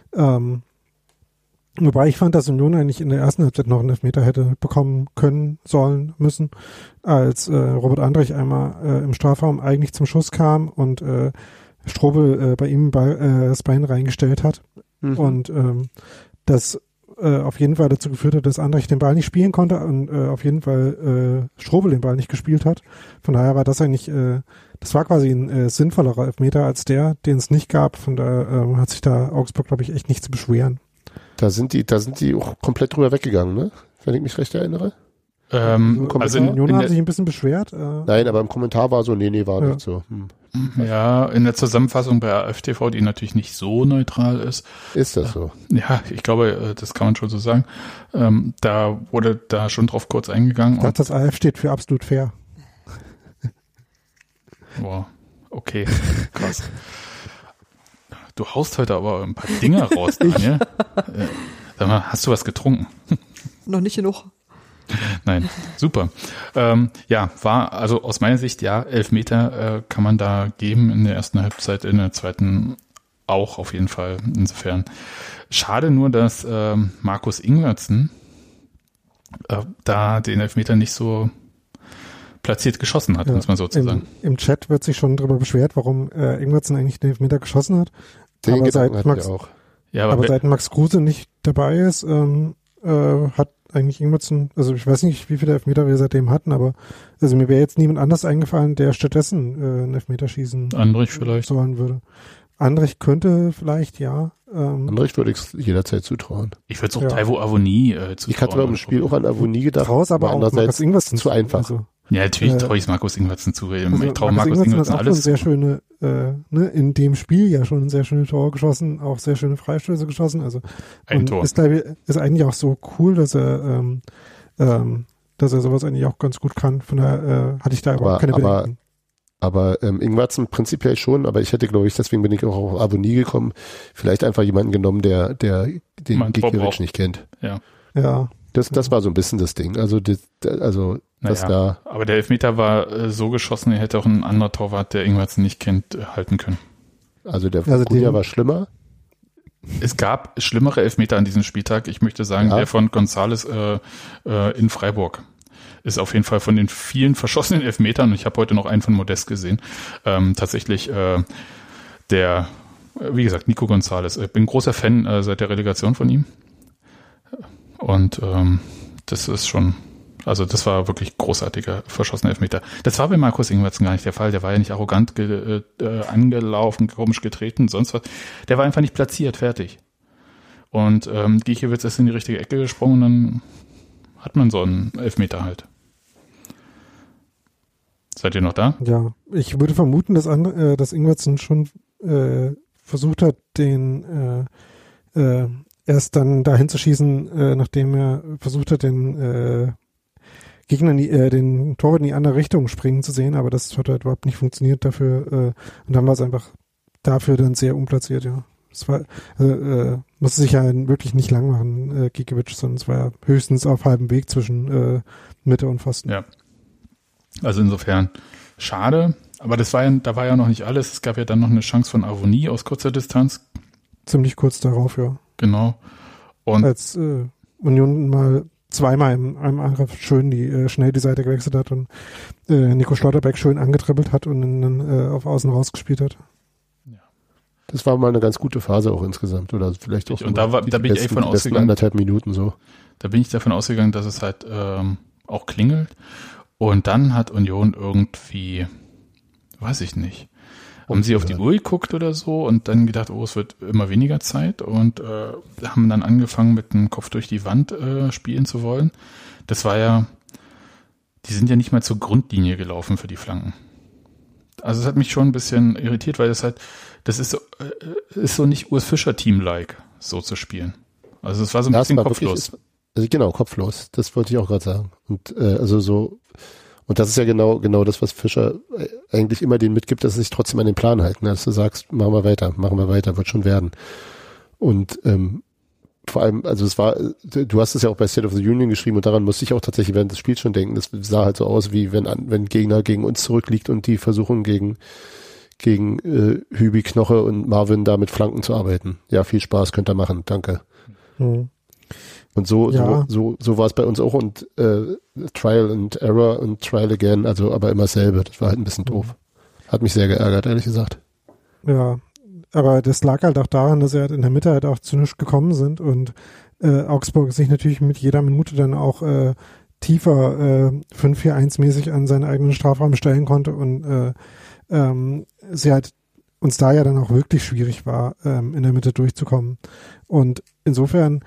[SPEAKER 5] Wobei ich fand, dass Union eigentlich in der ersten Halbzeit noch einen Elfmeter hätte bekommen können, sollen, müssen, als Robert Andrich einmal im Strafraum eigentlich zum Schuss kam und Strobel bei ihm das Bein reingestellt hat. Und das auf jeden Fall dazu geführt hat, dass Andrich den Ball nicht spielen konnte und auf jeden Fall Strobel den Ball nicht gespielt hat. Von daher war das eigentlich, das war quasi ein sinnvollerer Elfmeter als der, den es nicht gab. Von daher hat sich da Augsburg, glaube ich, echt nicht zu beschweren.
[SPEAKER 4] Da sind die auch komplett drüber weggegangen, ne? Wenn ich mich recht erinnere.
[SPEAKER 5] Also Union haben sich ein bisschen beschwert.
[SPEAKER 4] Nein, aber im Kommentar war so, nee, war nicht so.
[SPEAKER 2] Ja, in der Zusammenfassung bei AFTV, die natürlich nicht so neutral ist.
[SPEAKER 4] Ist das so?
[SPEAKER 2] Ja, ich glaube, das kann man schon so sagen. Da wurde da schon drauf kurz eingegangen.
[SPEAKER 5] Ich dachte, das AF steht für absolut fair.
[SPEAKER 2] Boah, okay, krass. Du haust heute aber ein paar Dinge raus, Daniel. Sag mal, hast du was getrunken?
[SPEAKER 3] Noch nicht genug.
[SPEAKER 2] Nein, super. War also aus meiner Sicht, ja, 11 Meter kann man da geben in der ersten Halbzeit, in der zweiten auch auf jeden Fall. Insofern schade nur, dass Markus Ingwertsen da den Elfmeter nicht so platziert geschossen hat, muss man sozusagen.
[SPEAKER 5] Im Chat wird sich schon darüber beschwert, warum Ingwertsen eigentlich den Elfmeter geschossen hat.
[SPEAKER 4] Den
[SPEAKER 5] aber
[SPEAKER 2] seit
[SPEAKER 5] Max Kruse nicht dabei ist, hat eigentlich Ingwertsen, also ich weiß nicht, wie viele Elfmeter wir seitdem hatten, aber also mir wäre jetzt niemand anders eingefallen, der stattdessen einen Elfmeterschießen
[SPEAKER 2] Andrich vielleicht
[SPEAKER 5] sollen würde. Andrich könnte vielleicht, ja.
[SPEAKER 4] Andrich würde ich jederzeit zutrauen.
[SPEAKER 2] Ich würde es auch Taiwo Avoni zutrauen.
[SPEAKER 4] Ich hatte beim Spiel auch an Avoni gedacht.
[SPEAKER 5] Traust aber auch Markus Ingwertsen
[SPEAKER 4] zu einfach.
[SPEAKER 5] Also,
[SPEAKER 2] ja, natürlich traue ich Markus Ingwertsen zu. Ich traue Markus
[SPEAKER 5] Ingwertsen
[SPEAKER 2] Ingwertsen
[SPEAKER 5] hat auch
[SPEAKER 2] alles.
[SPEAKER 5] sehr schöne, in dem Spiel ja schon ein sehr schöne Tor geschossen, auch sehr schöne Freistöße geschossen. Also
[SPEAKER 2] ein Tor.
[SPEAKER 5] Ist eigentlich auch so cool, dass er sowas eigentlich auch ganz gut kann. Von daher hatte ich da überhaupt keine Bedenken.
[SPEAKER 4] Aber Ingwertsen prinzipiell schon, aber ich hätte, glaube ich, deswegen bin ich auch auf Avoni gekommen, vielleicht einfach jemanden genommen, der den Gikiewicz nicht kennt.
[SPEAKER 5] Ja.
[SPEAKER 4] Das war so ein bisschen das Ding.
[SPEAKER 2] Aber der Elfmeter war so geschossen, er hätte auch ein anderer Torwart, der Ingwertsen nicht kennt, halten können.
[SPEAKER 4] Also der von Kunja war schlimmer?
[SPEAKER 2] Es gab schlimmere Elfmeter an diesem Spieltag. Ich möchte sagen, der von González in Freiburg ist auf jeden Fall von den vielen verschossenen Elfmetern, und ich habe heute noch einen von Modest gesehen, tatsächlich wie gesagt, Nico González. Ich bin ein großer Fan seit der Relegation von ihm. Und das ist schon, also das war wirklich großartiger verschossener Elfmeter. Das war bei Markus Ingwertsen gar nicht der Fall. Der war ja nicht arrogant angelaufen, komisch getreten, sonst was. Der war einfach nicht platziert, fertig. Und Gikiewicz ist in die richtige Ecke gesprungen und dann hat man so einen Elfmeter halt. Seid ihr noch da?
[SPEAKER 5] Ja, ich würde vermuten, dass Ingwertsen schon versucht hat, den erst dann dahin zu schießen, nachdem er versucht hat, den Gegner, den Torwart in die andere Richtung springen zu sehen, aber das hat halt überhaupt nicht funktioniert dafür. Und dann war es einfach dafür dann sehr unplatziert, ja. Es war, musste sich ja wirklich nicht lang machen, Gikiewicz, sondern es war ja höchstens auf halbem Weg zwischen Mitte und Pfosten.
[SPEAKER 2] Ja. Also insofern schade, aber da war ja noch nicht alles. Es gab ja dann noch eine Chance von Avoni aus kurzer Distanz.
[SPEAKER 5] Ziemlich kurz darauf, ja.
[SPEAKER 2] Genau. Und
[SPEAKER 5] als Union mal zweimal in einem Angriff schön schnell die Seite gewechselt hat und Nico Schlotterbeck schön angetribbelt hat und ihn dann auf Außen rausgespielt hat.
[SPEAKER 2] Ja.
[SPEAKER 4] Das war mal eine ganz gute Phase auch insgesamt, oder vielleicht auch.
[SPEAKER 2] Und da bin ich echt von ausgegangen.
[SPEAKER 4] 1,5 Minuten so.
[SPEAKER 2] Da bin ich davon ausgegangen, dass es halt auch klingelt. Und dann hat Union irgendwie, weiß ich nicht, haben sie auf die Uhr geguckt oder so und dann gedacht, oh, es wird immer weniger Zeit und haben dann angefangen mit dem Kopf durch die Wand spielen zu wollen. Das war ja, die sind ja nicht mal zur Grundlinie gelaufen für die Flanken. Also es hat mich schon ein bisschen irritiert, weil das ist so nicht Urs Fischer-Team-like, so zu spielen. Also es war so ein bisschen kopflos.
[SPEAKER 4] Genau, kopflos. Das wollte ich auch gerade sagen. Und und das ist ja genau das, was Fischer eigentlich immer denen mitgibt, dass sie sich trotzdem an den Plan halten. Dass du sagst, machen wir weiter, wird schon werden. Und vor allem, also du hast es ja auch bei State of the Union geschrieben und daran musste ich auch tatsächlich während des Spiels schon denken. Das sah halt so aus, wie wenn Gegner gegen uns zurückliegt und die versuchen gegen Hübi, Knoche und Marvin da mit Flanken zu arbeiten. Ja, viel Spaß, könnt ihr machen, danke.
[SPEAKER 5] Mhm.
[SPEAKER 4] Und so war es bei uns auch und Trial and Error und Trial Again, also aber immer dasselbe. Das war halt ein bisschen doof. Hat mich sehr geärgert, ehrlich gesagt.
[SPEAKER 5] Ja, aber das lag halt auch daran, dass sie halt in der Mitte halt auch zu nichts gekommen sind und Augsburg sich natürlich mit jeder Minute dann auch tiefer 5-4-1 mäßig an seinen eigenen Strafraum stellen konnte und sie halt uns da ja dann auch wirklich schwierig war, in der Mitte durchzukommen. Und insofern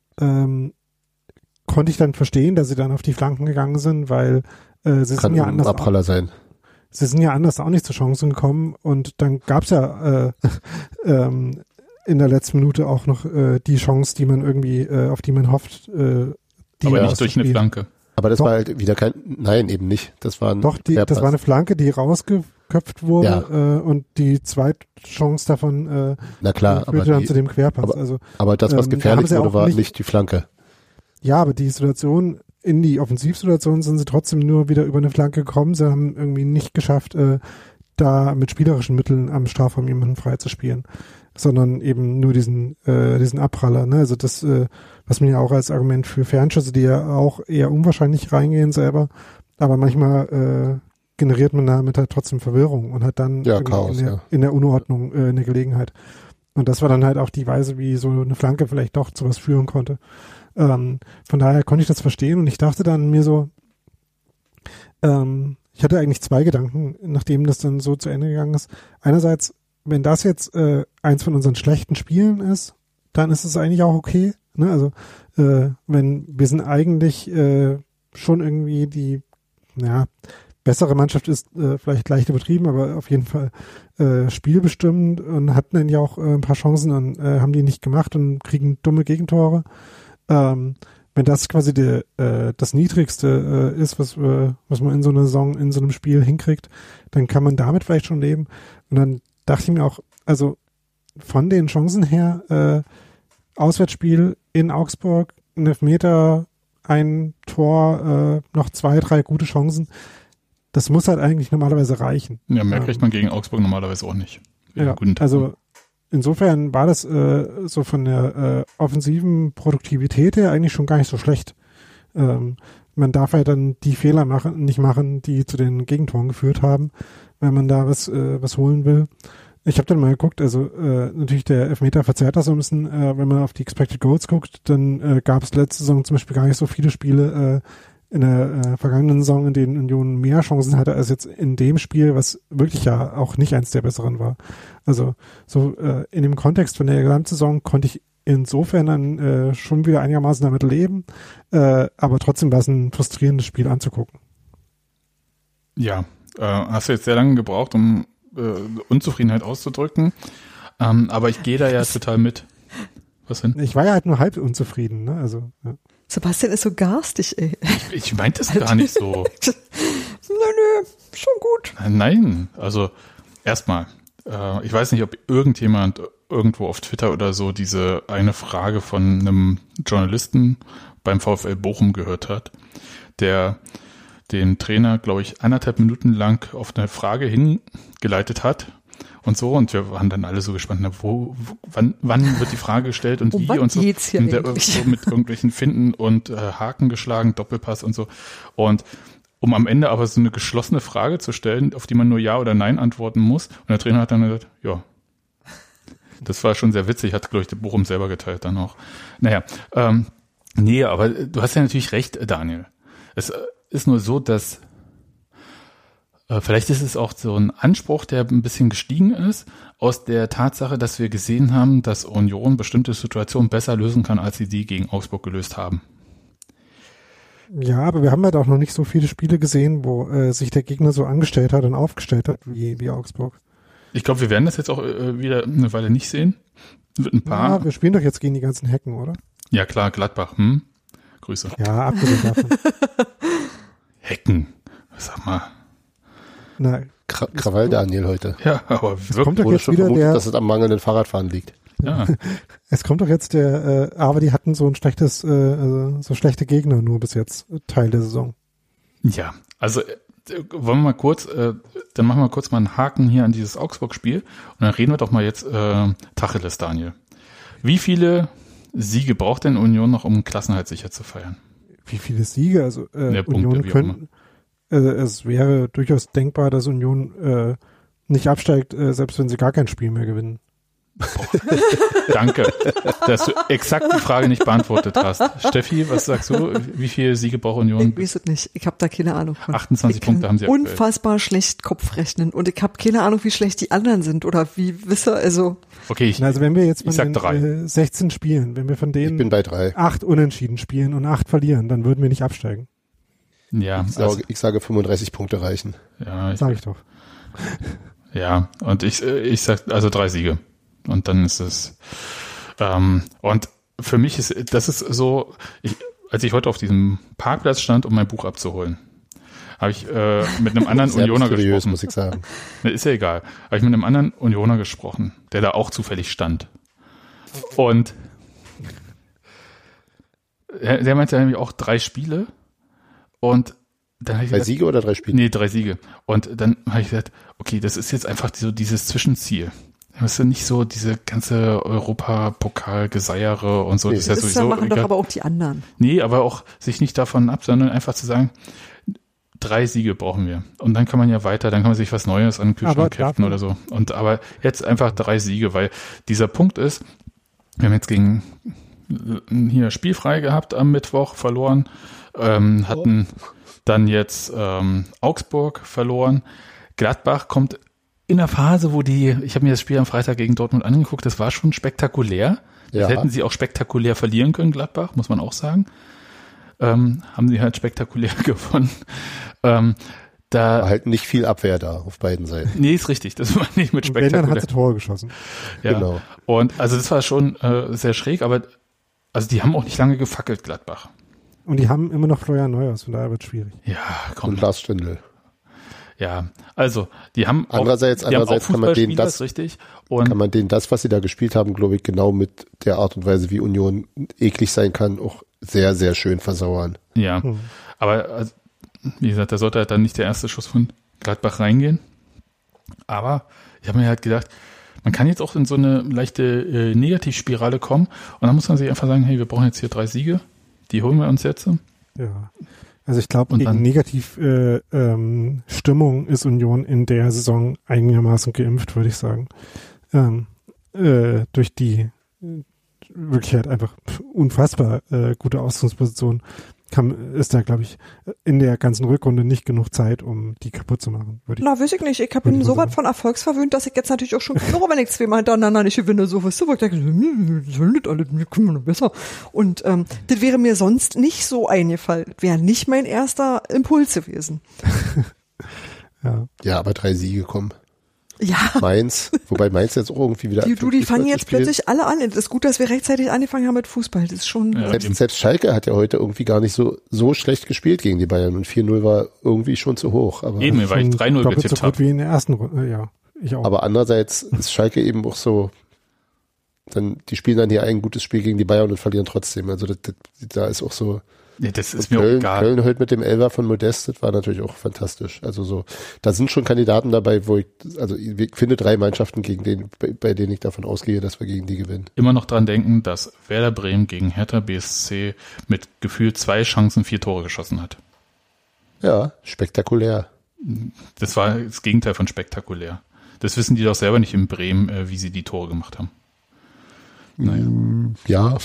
[SPEAKER 5] konnte ich dann verstehen, dass sie dann auf die Flanken gegangen sind, weil sie sind ja anders
[SPEAKER 4] Abpraller sein.
[SPEAKER 5] Sie sind ja anders auch nicht zur Chance gekommen und dann gab's ja in der letzten Minute auch noch die Chance, die man irgendwie, auf die man hofft.
[SPEAKER 2] Aber nicht durch eine Flanke.
[SPEAKER 4] Aber das war halt wieder nein, eben nicht. Das war
[SPEAKER 5] das war eine Flanke, die rausgeköpft wurde und die zweite Chance davon
[SPEAKER 4] na klar,
[SPEAKER 5] führte dann zu dem Querpass.
[SPEAKER 4] Aber das, was gefährlich wurde, war nicht die Flanke.
[SPEAKER 5] Ja, aber die Situation, in die Offensivsituation sind sie trotzdem nur wieder über eine Flanke gekommen. Sie haben irgendwie nicht geschafft, da mit spielerischen Mitteln am Strafraum jemanden freizuspielen, sondern eben nur diesen Abpraller. Ne? Also das, was man ja auch als Argument für Fernschüsse, die ja auch eher unwahrscheinlich reingehen selber, aber manchmal generiert man damit halt trotzdem Verwirrung und hat dann
[SPEAKER 4] Chaos,
[SPEAKER 5] in der Unordnung eine Gelegenheit. Und das war dann halt auch die Weise, wie so eine Flanke vielleicht doch zu was führen konnte. Von daher konnte ich das verstehen und ich dachte dann mir so, ich hatte eigentlich zwei Gedanken, nachdem das dann so zu Ende gegangen ist. Einerseits, wenn das jetzt eins von unseren schlechten Spielen ist, dann ist es eigentlich auch okay. Ne? Also wenn wir sind eigentlich schon irgendwie die bessere Mannschaft ist vielleicht leicht übertrieben, aber auf jeden Fall spielbestimmt und hatten dann ja auch ein paar Chancen und haben die nicht gemacht und kriegen dumme Gegentore. Wenn das quasi das Niedrigste ist, was man in so einer Saison, in so einem Spiel hinkriegt, dann kann man damit vielleicht schon leben. Und dann dachte ich mir auch, also von den Chancen her, Auswärtsspiel in Augsburg, ein Elfmeter, ein Tor, noch 2, 3 gute Chancen, das muss halt eigentlich normalerweise reichen.
[SPEAKER 2] Ja, mehr kriegt man gegen Augsburg normalerweise auch nicht.
[SPEAKER 5] Also insofern war das so von der offensiven Produktivität her eigentlich schon gar nicht so schlecht. Man darf halt dann die Fehler nicht machen, die zu den Gegentoren geführt haben, wenn man da was holen will. Ich habe dann mal geguckt, also natürlich der Elfmeter verzerrt das so ein bisschen, wenn man auf die Expected Goals guckt, dann gab es letzte Saison zum Beispiel gar nicht so viele Spiele in der vergangenen Saison, in denen Union mehr Chancen hatte als jetzt in dem Spiel, was wirklich ja auch nicht eins der besseren war. Also so in dem Kontext von der Gesamtsaison konnte ich insofern dann schon wieder einigermaßen damit leben, aber trotzdem war es ein frustrierendes Spiel anzugucken.
[SPEAKER 2] Ja, hast du jetzt sehr lange gebraucht, um Unzufriedenheit auszudrücken, aber ich gehe da ja total mit. Was denn?
[SPEAKER 5] Ich war ja halt nur halb unzufrieden, ne? Also ja.
[SPEAKER 3] Sebastian ist so garstig, ey.
[SPEAKER 2] Ich meinte das gar nicht so.
[SPEAKER 3] Nö, schon gut.
[SPEAKER 2] Nein, also erstmal, ich weiß nicht, ob irgendjemand irgendwo auf Twitter oder so diese eine Frage von einem Journalisten beim VfL Bochum gehört hat, der den Trainer, glaube ich, 1,5 Minuten lang auf eine Frage hingeleitet hat und so, und wir waren dann alle so gespannt, wann wird die Frage gestellt und wie und so.
[SPEAKER 3] Geht's hier
[SPEAKER 2] und der so mit irgendwelchen Finden und Haken geschlagen, Doppelpass und so. Und um am Ende aber so eine geschlossene Frage zu stellen, auf die man nur Ja oder Nein antworten muss. Und der Trainer hat dann gesagt, ja. Das war schon sehr witzig, hat, glaube ich, der Bochum selber geteilt dann auch. Naja, nee, aber du hast ja natürlich recht, Daniel. Es ist nur so, dass vielleicht ist es auch so ein Anspruch, der ein bisschen gestiegen ist, aus der Tatsache, dass wir gesehen haben, dass Union bestimmte Situationen besser lösen kann, als sie die gegen Augsburg gelöst haben.
[SPEAKER 5] Ja, aber wir haben halt auch noch nicht so viele Spiele gesehen, wo sich der Gegner so angestellt hat und aufgestellt hat wie Augsburg.
[SPEAKER 2] Ich glaube, wir werden das jetzt auch wieder eine Weile nicht sehen. Wird ein paar.
[SPEAKER 5] Ja, wir spielen doch jetzt gegen die ganzen Hecken, oder?
[SPEAKER 2] Ja klar, Gladbach. Grüße.
[SPEAKER 5] Ja, abgesehen davon.
[SPEAKER 2] Hecken. Sag mal.
[SPEAKER 5] Na,
[SPEAKER 4] Krawall Daniel heute.
[SPEAKER 2] Ja, aber
[SPEAKER 5] kommt doch
[SPEAKER 4] Wurde
[SPEAKER 5] jetzt
[SPEAKER 4] schon
[SPEAKER 5] wieder
[SPEAKER 4] vermutet,
[SPEAKER 5] der.
[SPEAKER 4] dass es am mangelnden Fahrradfahren liegt.
[SPEAKER 2] Ja.
[SPEAKER 5] Es kommt doch jetzt der. Aber die hatten so ein schlechtes, so schlechte Gegner nur bis jetzt Teil der Saison.
[SPEAKER 2] Ja, also wollen wir mal kurz, dann machen wir kurz mal einen Haken hier an dieses Augsburg-Spiel und dann reden wir doch mal jetzt Tacheles, Daniel. Wie viele Siege braucht denn Union noch, um Klassenerhalt sicher zu feiern?
[SPEAKER 5] Wie viele Siege? Also
[SPEAKER 2] Punkte,
[SPEAKER 5] Union
[SPEAKER 2] wie auch
[SPEAKER 5] könnten. Es wäre durchaus denkbar, dass Union nicht absteigt, selbst wenn sie gar kein Spiel mehr gewinnen.
[SPEAKER 2] Danke, dass du exakt die Frage nicht beantwortet hast. Steffi, was sagst du? Wie viele Siege braucht Union?
[SPEAKER 3] Ich weiß es nicht. Ich habe da keine Ahnung von.
[SPEAKER 2] 28 Punkte haben sie aktuell.
[SPEAKER 3] Unfassbar schlecht Kopfrechnen und ich habe keine Ahnung, wie schlecht die anderen sind oder wie wisse, also.
[SPEAKER 2] Okay,
[SPEAKER 5] Also wenn wir jetzt von
[SPEAKER 2] sag
[SPEAKER 5] den 16 Spielen, wenn wir von
[SPEAKER 4] Ich bin
[SPEAKER 5] denen
[SPEAKER 4] bei 3.
[SPEAKER 5] 8 Unentschieden spielen und 8 verlieren, dann würden wir nicht absteigen.
[SPEAKER 2] ja,
[SPEAKER 4] Ich sage 35 Punkte reichen.
[SPEAKER 2] ja,
[SPEAKER 5] Sag ich doch.
[SPEAKER 2] ja, und ich sag also 3 Siege. Und dann ist es, und für mich ist, das ist so, als ich heute auf diesem Parkplatz stand, um mein Buch abzuholen, habe ich mit einem anderen
[SPEAKER 4] Sehr
[SPEAKER 2] Unioner
[SPEAKER 4] mysteriös,
[SPEAKER 2] gesprochen.
[SPEAKER 4] muss ich sagen.
[SPEAKER 2] Ist ja egal. Habe ich mit einem anderen Unioner gesprochen, der da auch zufällig stand. Und der meinte nämlich auch 3 Spiele. Und dann habe ich
[SPEAKER 4] 3
[SPEAKER 2] gesagt,
[SPEAKER 4] Siege oder 3 Spiele?
[SPEAKER 2] nee, 3 Siege. Und dann habe ich gesagt, okay, das ist jetzt einfach so dieses Zwischenziel. Weißt du, nicht so diese ganze Europapokal-Geseiere und so.
[SPEAKER 4] Nee.
[SPEAKER 2] Das ist ja
[SPEAKER 3] Das
[SPEAKER 2] sowieso
[SPEAKER 3] machen doch
[SPEAKER 2] egal.
[SPEAKER 3] aber auch die anderen.
[SPEAKER 2] Nee, aber auch sich nicht davon ab, sondern einfach zu sagen, 3 Siege brauchen wir. Und dann kann man ja weiter, dann kann man sich was Neues an den Kühlschrank heften oder so. Aber jetzt einfach 3 Siege, weil dieser Punkt ist, wir haben jetzt gegen hier spielfrei gehabt am Mittwoch, verloren, hatten dann jetzt Augsburg verloren. Gladbach kommt in der Phase, wo ich habe mir das Spiel am Freitag gegen Dortmund angeguckt, das war schon spektakulär.
[SPEAKER 4] Ja.
[SPEAKER 2] Das hätten sie auch spektakulär verlieren können, Gladbach, muss man auch sagen. Haben sie halt spektakulär gewonnen.
[SPEAKER 4] War halt nicht viel Abwehr da auf beiden Seiten.
[SPEAKER 2] Nee, ist richtig, das war nicht mit
[SPEAKER 5] Und wenn, dann
[SPEAKER 2] spektakulär.
[SPEAKER 5] hat sie Tore geschossen.
[SPEAKER 2] Ja.
[SPEAKER 4] Genau.
[SPEAKER 2] Und also das war schon sehr schräg, aber also die haben auch nicht lange gefackelt, Gladbach.
[SPEAKER 5] Und die haben immer noch Florian Neuhaus, von daher wird es schwierig.
[SPEAKER 2] Ja, komm.
[SPEAKER 4] Und Lars Stindl.
[SPEAKER 2] Ja, also die haben
[SPEAKER 4] Andererseits
[SPEAKER 2] auch, die haben auch
[SPEAKER 4] kann man denen
[SPEAKER 2] Fußballspieler,
[SPEAKER 4] das-
[SPEAKER 2] ist richtig. Und
[SPEAKER 4] Kann man denen das, was sie da gespielt haben, glaube ich, genau mit der Art und Weise, wie Union eklig sein kann, auch sehr, sehr schön versauern.
[SPEAKER 2] ja, aber also, wie gesagt, da sollte halt dann nicht der erste Schuss von Gladbach reingehen. Aber ich habe mir halt gedacht, man kann jetzt auch in so eine leichte Negativspirale kommen und dann muss man sich einfach sagen, hey, wir brauchen jetzt hier 3 Siege, die holen wir uns jetzt.
[SPEAKER 5] Ja. Also ich glaube,
[SPEAKER 2] Und
[SPEAKER 5] gegen
[SPEAKER 2] dann-
[SPEAKER 5] Stimmung ist Union in der Saison einigermaßen geimpft, würde ich sagen. Durch die wirklich halt einfach unfassbar gute Ausgangsposition ist da, glaube ich, in der ganzen Rückrunde nicht genug Zeit, um die kaputt zu machen.
[SPEAKER 3] Na, weiß ich nicht. Ich habe
[SPEAKER 5] Würde
[SPEAKER 3] ihn
[SPEAKER 5] ich
[SPEAKER 3] so
[SPEAKER 5] mal
[SPEAKER 3] was von erfolgsverwöhnt, dass ich jetzt natürlich auch schon knurre, wenn ich 2-mal hintereinander nicht gewinne. So, weißt du, wo ich denke, sollen das alle, wir können wir noch besser. Und das wäre mir sonst nicht so eingefallen. Wäre nicht mein erster Impuls gewesen.
[SPEAKER 5] Ja.
[SPEAKER 4] Ja, aber 3 Siege kommen.
[SPEAKER 3] Ja,
[SPEAKER 4] Mainz, wobei Mainz jetzt auch irgendwie wieder...
[SPEAKER 3] die fangen
[SPEAKER 4] Fußball
[SPEAKER 3] jetzt
[SPEAKER 4] spielt.
[SPEAKER 3] plötzlich alle an. Das ist gut, dass wir rechtzeitig angefangen haben mit Fußball. Das ist schon...
[SPEAKER 2] Ja.
[SPEAKER 4] Selbst Schalke hat ja heute irgendwie gar nicht so schlecht gespielt gegen die Bayern und 4-0 war irgendwie schon zu hoch. Aber,
[SPEAKER 2] Eben, weil ich
[SPEAKER 5] Schon
[SPEAKER 2] 3-0
[SPEAKER 5] doppelt
[SPEAKER 2] getippt
[SPEAKER 5] so
[SPEAKER 2] habe.
[SPEAKER 5] gut wie in der ersten Runde. Ja, ich auch.
[SPEAKER 4] aber andererseits ist Schalke eben auch so, die spielen dann hier ein gutes Spiel gegen die Bayern und verlieren trotzdem. Also da ist auch so...
[SPEAKER 2] Ja, das ist
[SPEAKER 4] Und
[SPEAKER 2] mir auch
[SPEAKER 4] Köln,
[SPEAKER 2] egal.
[SPEAKER 4] Köln heute mit dem Elfer von Modest, das war natürlich auch fantastisch. Also so, da sind schon Kandidaten dabei, ich finde 3 Mannschaften, bei denen ich davon ausgehe, dass wir gegen die gewinnen.
[SPEAKER 2] Immer noch dran denken, dass Werder Bremen gegen Hertha BSC mit gefühlt 2 Chancen 4 Tore geschossen hat.
[SPEAKER 4] Ja, spektakulär.
[SPEAKER 2] Das war das Gegenteil von spektakulär. Das wissen die doch selber nicht in Bremen, wie sie die Tore gemacht haben. Naja.
[SPEAKER 4] Ja.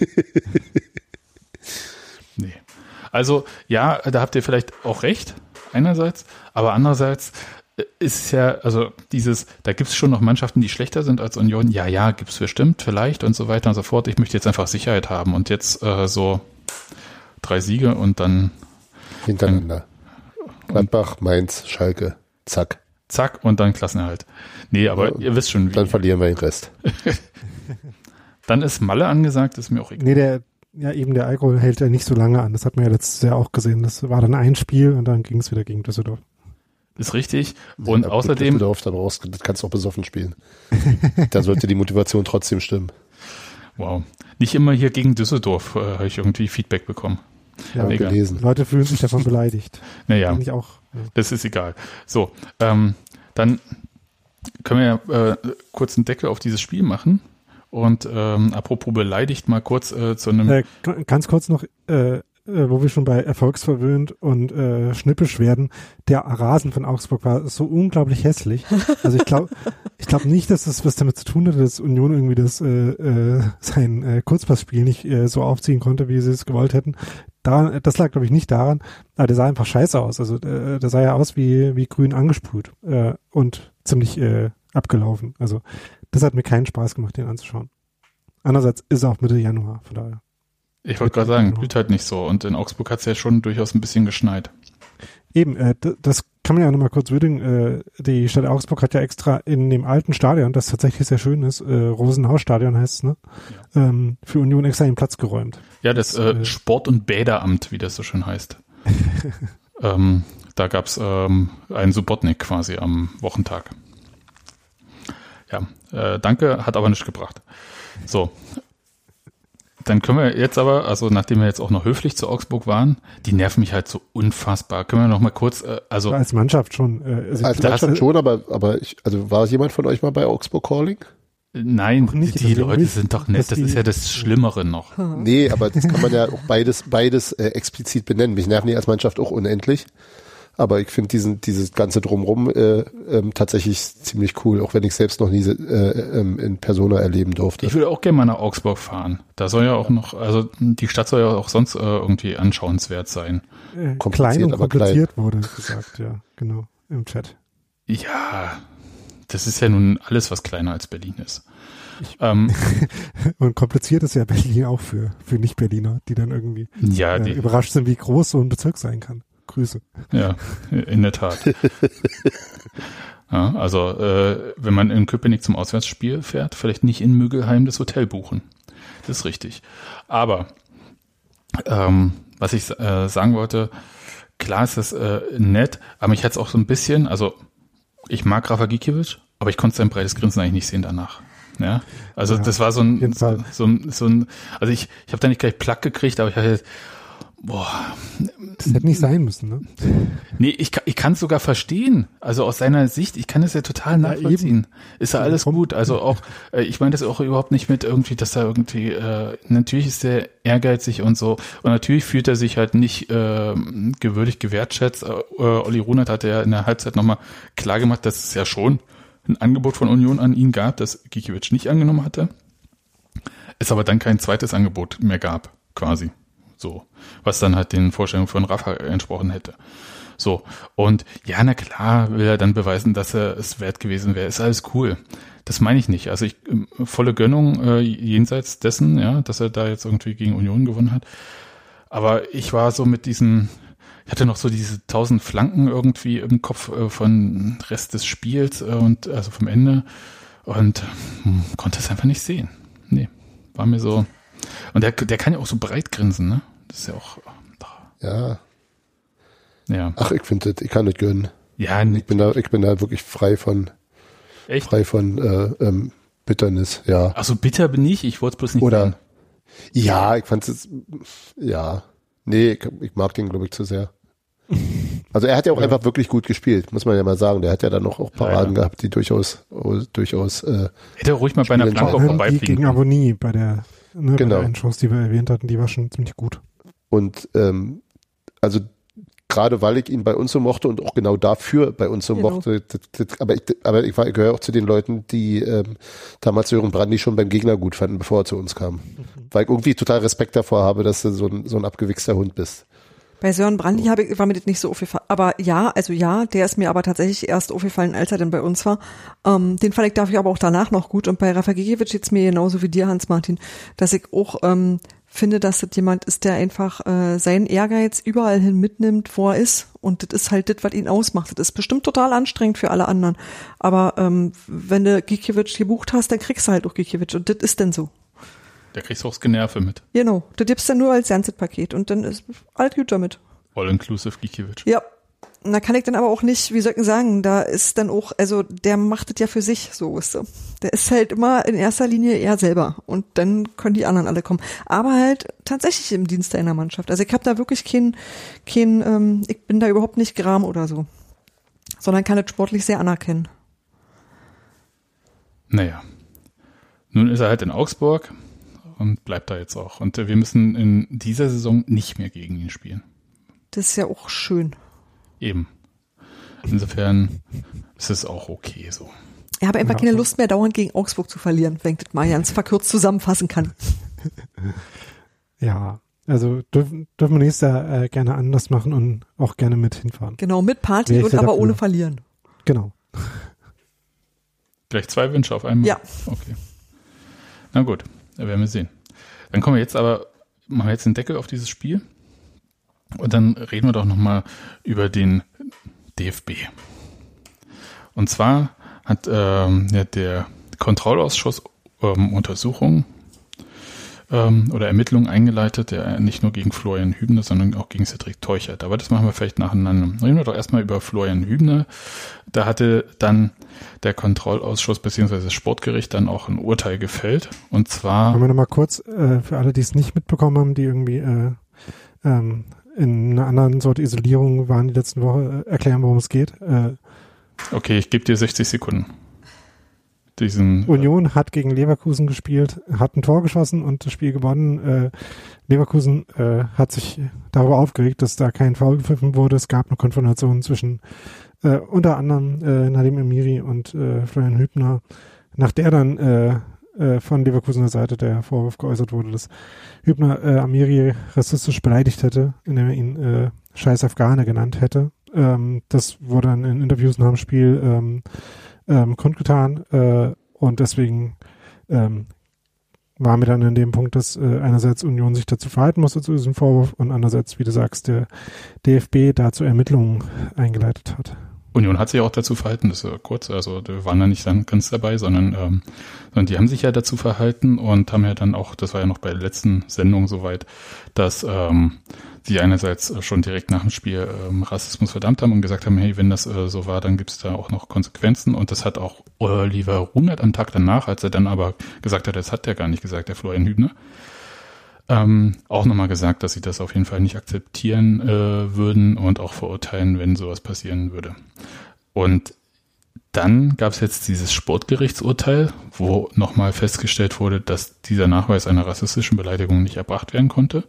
[SPEAKER 2] Nee. Also, ja, da habt ihr vielleicht auch recht, einerseits, aber andererseits ist es ja, also da gibt es schon noch Mannschaften, die schlechter sind als Union. Ja, gibt's bestimmt, vielleicht und so weiter und so fort. Ich möchte jetzt einfach Sicherheit haben und jetzt so 3 Siege und dann
[SPEAKER 4] Hintereinander. Gladbach, Mainz, Schalke, zack.
[SPEAKER 2] Zack und dann Klassenerhalt. Nee, aber ihr wisst schon, wie.
[SPEAKER 4] Dann verlieren wir den Rest.
[SPEAKER 2] Dann ist Malle angesagt, ist mir auch egal.
[SPEAKER 5] Nee, der Alkohol hält ja nicht so lange an. Das hat man ja letztes Jahr auch gesehen. Das war dann ein Spiel und dann ging es wieder gegen Düsseldorf.
[SPEAKER 2] Ist richtig. Und außerdem.
[SPEAKER 4] Düsseldorf dann raus, das kannst du auch besoffen spielen. Da sollte die Motivation trotzdem stimmen.
[SPEAKER 2] Wow. Nicht immer hier gegen Düsseldorf habe ich irgendwie Feedback bekommen.
[SPEAKER 5] Ja,
[SPEAKER 4] gelesen.
[SPEAKER 5] Leute fühlen sich davon beleidigt.
[SPEAKER 2] Naja,
[SPEAKER 5] Ich auch. Ja.
[SPEAKER 2] das ist egal. So, dann können wir ja kurz einen Deckel auf dieses Spiel machen. Und apropos beleidigt, mal kurz zu einem...
[SPEAKER 5] Ganz kurz noch, wo wir schon bei erfolgsverwöhnt und schnippisch werden, der Rasen von Augsburg war so unglaublich hässlich. Also ich glaube nicht, dass das was damit zu tun hatte, dass Union irgendwie sein Kurzpassspiel nicht so aufziehen konnte, wie sie es gewollt hätten. Das lag, glaube ich, nicht daran, aber der sah einfach scheiße aus. Also der sah ja aus wie grün angesprüht und ziemlich abgelaufen. Also das hat mir keinen Spaß gemacht, den anzuschauen. Andererseits ist er auch Mitte Januar, von daher.
[SPEAKER 2] Ich wollte gerade sagen, blüht halt nicht so. Und in Augsburg hat es ja schon durchaus ein bisschen geschneit.
[SPEAKER 5] Eben, das kann man ja nochmal kurz würdigen. Die Stadt Augsburg hat ja extra in dem alten Stadion, das tatsächlich sehr schön ist, Rosenhaus-Stadion heißt es, ne? Ja. Für Union extra den Platz geräumt.
[SPEAKER 2] Ja, das Sport- und Bäderamt, wie das so schön heißt. Da gab es einen Subotnik quasi am Wochentag. Ja, danke, hat aber nichts gebracht. So. Dann können wir jetzt aber, also nachdem wir jetzt auch noch höflich zu Augsburg waren, die nerven mich halt so unfassbar. Können wir noch mal kurz, also
[SPEAKER 5] als Mannschaft schon.
[SPEAKER 4] Als Mannschaft schon, aber war jemand von euch mal bei Augsburg Calling?
[SPEAKER 2] Nein, die Leute sind doch nett. Das ist ja das Schlimmere noch.
[SPEAKER 4] Nee, aber das kann man ja auch beides explizit benennen. Mich nerven die als Mannschaft auch unendlich. Aber ich finde dieses ganze Drumrum tatsächlich ziemlich cool, auch wenn ich selbst noch nie in Persona erleben durfte.
[SPEAKER 2] Ich würde auch gerne mal nach Augsburg fahren. Da soll ja auch noch, also die Stadt soll ja auch sonst irgendwie anschauenswert sein.
[SPEAKER 5] Klein und kompliziert wurde gesagt, ja, genau, im Chat.
[SPEAKER 2] Ja, das ist ja nun alles, was kleiner als Berlin ist.
[SPEAKER 5] Und kompliziert ist ja Berlin auch für Nicht-Berliner, die dann irgendwie überrascht sind, wie groß so ein Bezirk sein kann. Grüße. Ja,
[SPEAKER 2] in der Tat. Ja, also wenn man in Köpenick zum Auswärtsspiel fährt, vielleicht nicht in Müggelheim das Hotel buchen. Das ist richtig. Aber was ich sagen wollte, klar ist das nett, aber mich hat es auch so ein bisschen, also ich mag Rafa Gikiewicz, aber ich konnte sein breites Grinsen eigentlich nicht sehen danach. Ja, also das war so ein, also ich habe da nicht gleich Plack gekriegt, aber ich hatte,
[SPEAKER 5] das hätte nicht sein müssen, ne?
[SPEAKER 2] Nee, ich kann es sogar verstehen. Also aus seiner Sicht, ich kann es ja total nachvollziehen. Ist ja alles gut. Also auch, ich meine das auch überhaupt nicht mit irgendwie, dass er irgendwie, natürlich ist er ehrgeizig und so. Und natürlich fühlt er sich halt nicht gewürdigt gewertschätzt. Olli Runert hat ja in der Halbzeit nochmal klar gemacht, dass es ja schon ein Angebot von Union an ihn gab, das Gikiewicz nicht angenommen hatte. Es aber dann kein zweites Angebot mehr gab, quasi. So, was dann halt den Vorstellungen von Rafa entsprochen hätte. So, und ja, na klar will er dann beweisen, dass er es wert gewesen wäre. Ist alles cool. Das meine ich nicht. Also volle Gönnung jenseits dessen, ja, dass er da jetzt irgendwie gegen Union gewonnen hat. Aber ich war so mit ich hatte noch so diese 1000 Flanken irgendwie im Kopf von Rest des Spiels und also vom Ende und konnte es einfach nicht sehen. Nee, war mir so. Und der kann ja auch so breit grinsen, ne? Das ist ja auch.
[SPEAKER 4] Ja.
[SPEAKER 2] Ja.
[SPEAKER 4] Ach, ich finde das, ich kann das gönnen.
[SPEAKER 2] Ja,
[SPEAKER 4] ich bin da wirklich frei von.
[SPEAKER 2] Echt?
[SPEAKER 4] Frei von Bitternis, ja.
[SPEAKER 2] Ach so, bitter bin ich wollte es bloß nicht
[SPEAKER 4] sagen. Ja, ich fand es, ja. Nee, ich mag den, glaube ich, zu sehr. Also er hat ja auch einfach wirklich gut gespielt, muss man ja mal sagen. Der hat ja dann noch auch Paraden gehabt, die durchaus
[SPEAKER 2] hätte ruhig mal bei einer Blanco vorbeifliegen.
[SPEAKER 5] Gegen Abonnie bei der
[SPEAKER 4] genau.
[SPEAKER 5] Bei der Shows, die wir erwähnt hatten, die war schon ziemlich gut.
[SPEAKER 4] Und also gerade weil ich ihn bei uns so mochte und auch genau dafür bei uns so mochte. Aber ich gehöre auch zu den Leuten, die damals Sören Brandy schon beim Gegner gut fanden, bevor er zu uns kam. Weil ich irgendwie total Respekt davor habe, dass du so ein abgewichster Hund bist.
[SPEAKER 3] Bei Sören Brandy war mir das nicht so aufgefallen. Aber der ist mir aber tatsächlich erst aufgefallen, als er denn bei uns war. Den fand ich dafür aber auch danach noch gut. Und bei Rafa Gikiewicz jetzt mir genauso wie dir, Hans-Martin, dass ich auch finde, dass das jemand ist, der einfach seinen Ehrgeiz überall hin mitnimmt, wo er ist. Und das ist halt das, was ihn ausmacht. Das ist bestimmt total anstrengend für alle anderen. Aber wenn du Gikiewicz gebucht hast, dann kriegst du halt auch Gikiewicz. Und das ist dann so.
[SPEAKER 2] Da kriegst du auch das Generve mit.
[SPEAKER 3] Genau. Du gibst dann nur als ganzes Paket. Und dann ist alles gut damit.
[SPEAKER 2] All-inclusive Gikiewicz.
[SPEAKER 3] Ja. Und da kann ich dann aber auch nicht, wie soll ich sagen, da ist dann auch, also der macht es ja für sich, so ist er. Der ist halt immer in erster Linie er selber und dann können die anderen alle kommen. Aber halt tatsächlich im Dienst einer Mannschaft. Also ich habe da wirklich ich bin da überhaupt nicht gram oder so, sondern kann das sportlich sehr anerkennen.
[SPEAKER 2] Naja, nun ist er halt in Augsburg und bleibt da jetzt auch. Und wir müssen in dieser Saison nicht mehr gegen ihn spielen.
[SPEAKER 3] Das ist ja auch schön.
[SPEAKER 2] Eben. Insofern ist es auch okay so.
[SPEAKER 3] Ich habe einfach keine Lust mehr, dauernd gegen Augsburg zu verlieren, wenn ich das mal ganz verkürzt zusammenfassen kann.
[SPEAKER 5] Ja, also dürfen wir nächstes Jahr gerne anders machen und auch gerne mit hinfahren.
[SPEAKER 3] Genau, mit Party und aber ohne verlieren.
[SPEAKER 5] Genau.
[SPEAKER 2] Gleich 2 Wünsche auf einmal?
[SPEAKER 3] Ja.
[SPEAKER 2] Okay. Na gut, da werden wir sehen. Dann machen wir jetzt den Deckel auf dieses Spiel. Und dann reden wir doch nochmal über den DFB. Und zwar hat der Kontrollausschuss Untersuchungen oder Ermittlungen eingeleitet, der nicht nur gegen Florian Hübner, sondern auch gegen Cedric Teuchert. Aber das machen wir vielleicht nacheinander. Reden wir doch erstmal über Florian Hübner. Da hatte dann der Kontrollausschuss bzw. das Sportgericht dann auch ein Urteil gefällt. Und zwar...
[SPEAKER 5] Wollen wir nochmal kurz, für alle, die es nicht mitbekommen haben, die irgendwie in einer anderen Sorte Isolierung waren die letzten Woche, erklären, worum es geht.
[SPEAKER 2] Okay, ich gebe dir 60 Sekunden.
[SPEAKER 5] Union hat gegen Leverkusen gespielt, hat ein Tor geschossen und das Spiel gewonnen. Leverkusen hat sich darüber aufgeregt, dass da kein Foul gepfiffen wurde. Es gab eine Konfrontation zwischen unter anderem Nadim Amiri und Florian Hübner, nach der dann von Leverkusener Seite der Vorwurf geäußert wurde, dass Hübner Amiri rassistisch beleidigt hätte, indem er ihn scheiß Afghane genannt hätte. Das wurde dann in Interviews nach dem Spiel kundgetan und deswegen waren wir dann in dem Punkt, dass einerseits Union sich dazu verhalten musste zu diesem Vorwurf und andererseits, wie du sagst, der DFB dazu Ermittlungen eingeleitet hat.
[SPEAKER 2] Union hat sich auch dazu verhalten, das ist kurz, also wir waren da nicht dann ganz dabei, sondern die haben sich ja dazu verhalten und haben ja dann auch, das war ja noch bei der letzten Sendung soweit, dass sie einerseits schon direkt nach dem Spiel Rassismus verdammt haben und gesagt haben, hey, wenn das so war, dann gibt es da auch noch Konsequenzen und das hat auch Oliver Runert am Tag danach, als er dann aber gesagt hat, das hat der gar nicht gesagt, der Florian Hübner, auch nochmal gesagt, dass sie das auf jeden Fall nicht akzeptieren würden und auch verurteilen, wenn sowas passieren würde. Und dann gab es jetzt dieses Sportgerichtsurteil, wo nochmal festgestellt wurde, dass dieser Nachweis einer rassistischen Beleidigung nicht erbracht werden konnte.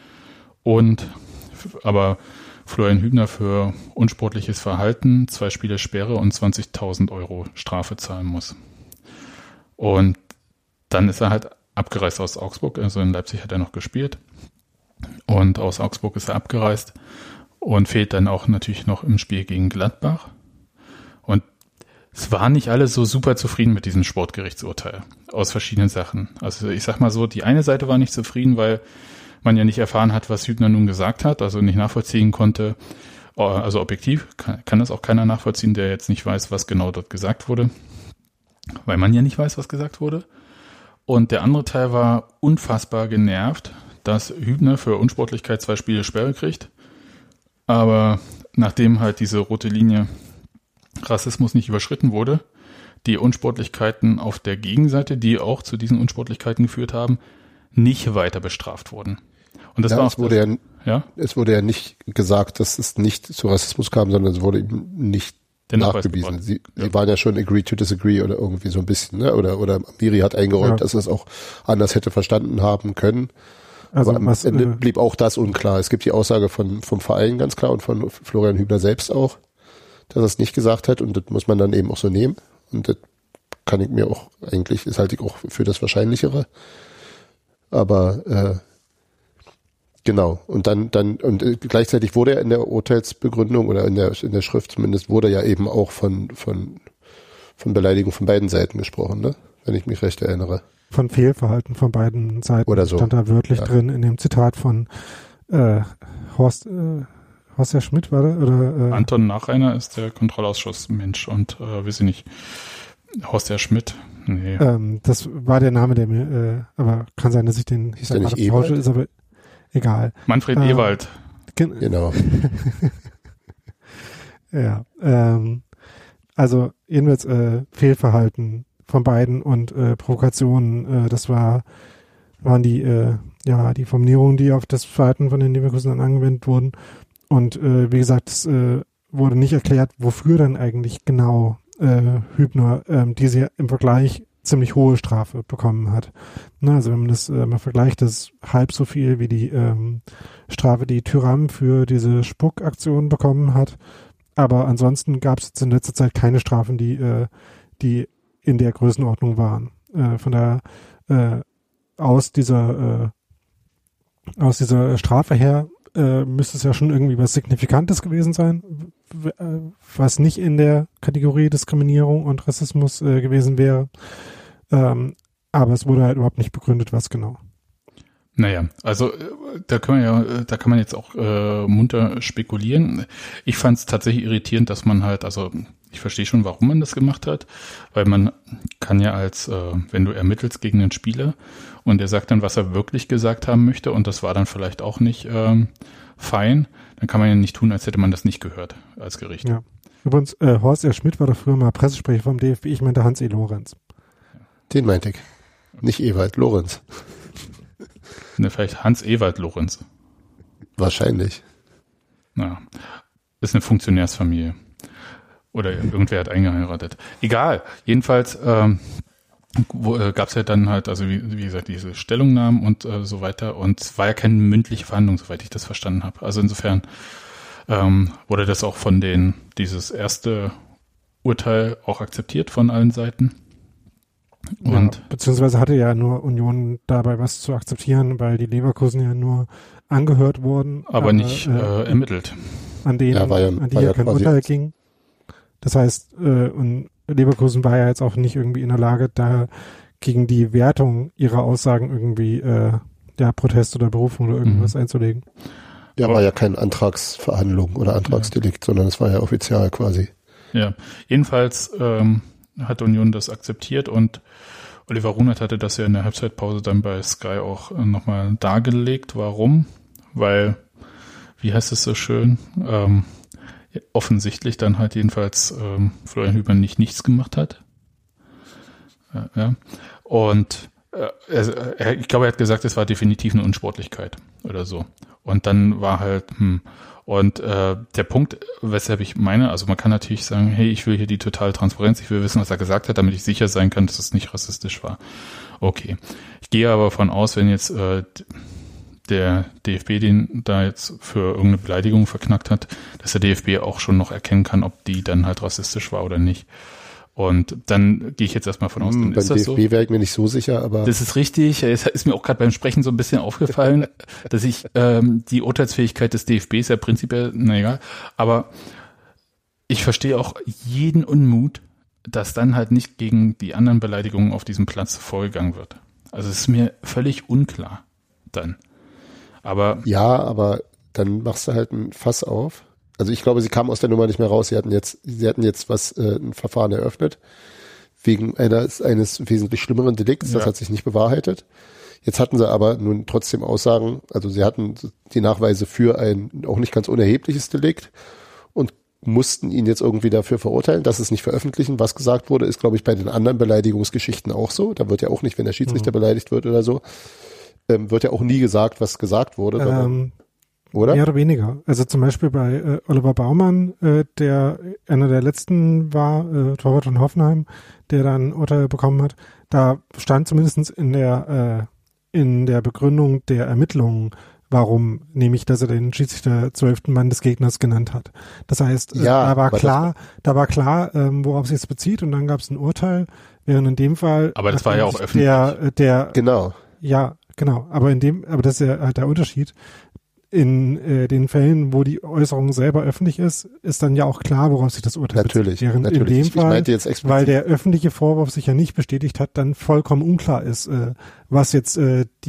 [SPEAKER 2] Aber Florian Hübner für unsportliches Verhalten 2 Spiele Sperre und 20.000 Euro Strafe zahlen muss. Und dann ist er halt abgereist aus Augsburg, also in Leipzig hat er noch gespielt und aus Augsburg ist er abgereist und fehlt dann auch natürlich noch im Spiel gegen Gladbach. Und es waren nicht alle so super zufrieden mit diesem Sportgerichtsurteil aus verschiedenen Sachen. Also ich sag mal so, die eine Seite war nicht zufrieden, weil man ja nicht erfahren hat, was Hübner nun gesagt hat, also nicht nachvollziehen konnte. Also objektiv kann das auch keiner nachvollziehen, der jetzt nicht weiß, was genau dort gesagt wurde, weil man ja nicht weiß, was gesagt wurde. Und der andere Teil war unfassbar genervt, dass Hübner für Unsportlichkeit 2 Spiele Sperre kriegt. Aber nachdem halt diese rote Linie Rassismus nicht überschritten wurde, die Unsportlichkeiten auf der Gegenseite, die auch zu diesen Unsportlichkeiten geführt haben, nicht weiter bestraft wurden. Und das war auch
[SPEAKER 4] es wurde ja nicht gesagt, dass es nicht zu Rassismus kam, sondern es wurde eben nicht nachgewiesen. Sie waren ja schon agree to disagree oder irgendwie so ein bisschen, ne? Oder Amiri hat eingeräumt, dass er es auch anders hätte verstanden haben können.
[SPEAKER 5] Also
[SPEAKER 4] aber am Ende blieb auch das unklar. Es gibt die Aussage vom Verein ganz klar und von Florian Hübner selbst auch, dass er es nicht gesagt hat, und das muss man dann eben auch so nehmen. Und das kann ich mir auch eigentlich, das halte ich auch für das Wahrscheinlichere. Aber genau. Und und gleichzeitig wurde er in der Urteilsbegründung oder in der Schrift zumindest wurde ja eben auch von Beleidigung von beiden Seiten gesprochen, ne? Wenn ich mich recht erinnere.
[SPEAKER 5] Von Fehlverhalten von beiden Seiten
[SPEAKER 4] oder so.
[SPEAKER 5] Stand da wörtlich drin in dem Zitat von Horst Herr Schmidt war da? Oder,
[SPEAKER 2] Anton Nachreiner ist der Kontrollausschussmensch und weiß ich nicht, Horst Herr Schmidt. Nee.
[SPEAKER 5] Das war der Name, der mir, aber kann sein, dass ich den
[SPEAKER 4] ist der nicht Ewald?
[SPEAKER 5] ist aber egal.
[SPEAKER 2] Manfred Ewald.
[SPEAKER 4] Genau.
[SPEAKER 5] Ja, also jedenfalls Fehlverhalten von beiden und Provokationen, das waren die die Formulierungen, die auf das Verhalten von den Leverkusenern angewendet wurden. Und wie gesagt, es wurde nicht erklärt, wofür dann eigentlich genau Hübner diese im Vergleich ziemlich hohe Strafe bekommen hat. Na, also wenn man das mal vergleicht, das ist halb so viel wie die Strafe, die Thuram für diese Spuckaktion bekommen hat. Aber ansonsten gab es jetzt in letzter Zeit keine Strafen, die in der Größenordnung waren. Von daher aus dieser Strafe her müsste es ja schon irgendwie was Signifikantes gewesen sein, was nicht in der Kategorie Diskriminierung und Rassismus gewesen wäre. Aber es wurde halt überhaupt nicht begründet, was genau.
[SPEAKER 2] Naja, also da kann man jetzt auch munter spekulieren. Ich fand es tatsächlich irritierend, dass man halt, also ich verstehe schon, warum man das gemacht hat, weil man kann ja wenn du ermittelst gegen einen Spieler und der sagt dann, was er wirklich gesagt haben möchte und das war dann vielleicht auch nicht fein, dann kann man ja nicht tun, als hätte man das nicht gehört als Gericht.
[SPEAKER 5] Ja. Übrigens, Horst R. Schmidt war doch früher mal Pressesprecher vom DFB, ich meinte Hans E. Lorenz.
[SPEAKER 4] Den meinte ich. Nicht Ewald, Lorenz.
[SPEAKER 2] Ne, vielleicht Hans-Ewald Lorenz.
[SPEAKER 4] Wahrscheinlich.
[SPEAKER 2] Na, ist eine Funktionärsfamilie. Oder irgendwer hat eingeheiratet. Egal. Jedenfalls gab es ja dann halt, also wie gesagt, diese Stellungnahmen und so weiter. Und es war ja keine mündliche Verhandlung, soweit ich das verstanden habe. Also insofern wurde das auch dieses erste Urteil auch akzeptiert von allen Seiten. Und
[SPEAKER 5] ja, beziehungsweise hatte ja nur Union dabei was zu akzeptieren, weil die Leverkusen ja nur angehört wurden.
[SPEAKER 2] Aber nicht ermittelt.
[SPEAKER 5] An die kein Urteil ging. Das heißt, und Leverkusen war ja jetzt auch nicht irgendwie in der Lage, da gegen die Wertung ihrer Aussagen irgendwie Protest oder Berufung oder irgendwas einzulegen.
[SPEAKER 4] Ja, war ja keine Antragsverhandlung oder Antragsdelikt, sondern es war ja offizial quasi.
[SPEAKER 2] Ja, jedenfalls hat Union das akzeptiert und Oliver Runert hatte das ja in der Halbzeitpause dann bei Sky auch nochmal dargelegt. Warum? Weil, wie heißt es so schön, offensichtlich dann halt jedenfalls Florian Hübner nichts gemacht hat. Ja. Und ich glaube, er hat gesagt, es war definitiv eine Unsportlichkeit oder so. Und dann war halt, Und der Punkt, weshalb ich meine, also man kann natürlich sagen, hey, ich will hier die totale Transparenz, ich will wissen, was er gesagt hat, damit ich sicher sein kann, dass es nicht rassistisch war. Okay. Ich gehe aber davon aus, wenn jetzt der DFB den da jetzt für irgendeine Beleidigung verknackt hat, dass der DFB auch schon noch erkennen kann, ob die dann halt rassistisch war oder nicht. Und dann gehe ich jetzt erstmal von aus, dann ist das so.
[SPEAKER 4] Beim DFB wäre ich mir nicht so sicher, aber...
[SPEAKER 2] Das ist richtig. Es ist mir auch gerade beim Sprechen so ein bisschen aufgefallen, dass ich die Urteilsfähigkeit des DFBs ja prinzipiell, na egal, aber ich verstehe auch jeden Unmut, dass dann halt nicht gegen die anderen Beleidigungen auf diesem Platz vorgegangen wird. Also es ist mir völlig unklar dann. Aber
[SPEAKER 4] ja, aber dann machst du halt ein Fass auf. Also ich glaube, sie kamen aus der Nummer nicht mehr raus. Sie hatten jetzt ein Verfahren eröffnet wegen eines wesentlich schlimmeren Delikts. Das hat sich nicht bewahrheitet. Jetzt hatten sie aber nun trotzdem Aussagen. Also sie hatten die Nachweise für ein auch nicht ganz unerhebliches Delikt und mussten ihn jetzt irgendwie dafür verurteilen, dass es nicht veröffentlichen. Was gesagt wurde, ist, glaube ich, bei den anderen Beleidigungsgeschichten auch so. Da wird ja auch nicht, wenn der Schiedsrichter beleidigt wird oder so, wird ja auch nie gesagt, was gesagt wurde. Oder?
[SPEAKER 5] Mehr oder weniger. Also zum Beispiel bei Oliver Baumann, der einer der letzten war, Torwart von Hoffenheim, der dann ein Urteil bekommen hat, da stand zumindest in in der Begründung der Ermittlungen, warum, nämlich, dass er den Schiedsrichter 12. Mann des Gegners genannt hat. Das heißt, da war klar, worauf sich es bezieht, und dann gab es ein Urteil, während in dem Fall.
[SPEAKER 2] Aber das war ja auch öffentlich.
[SPEAKER 4] Genau.
[SPEAKER 5] Ja, genau. Aber das ist ja halt der Unterschied. In den Fällen, wo die Äußerung selber öffentlich ist dann ja auch klar, worauf sich das Urteil bezieht. Während in dem Fall, weil der öffentliche Vorwurf sich ja nicht bestätigt hat, dann vollkommen unklar ist, was jetzt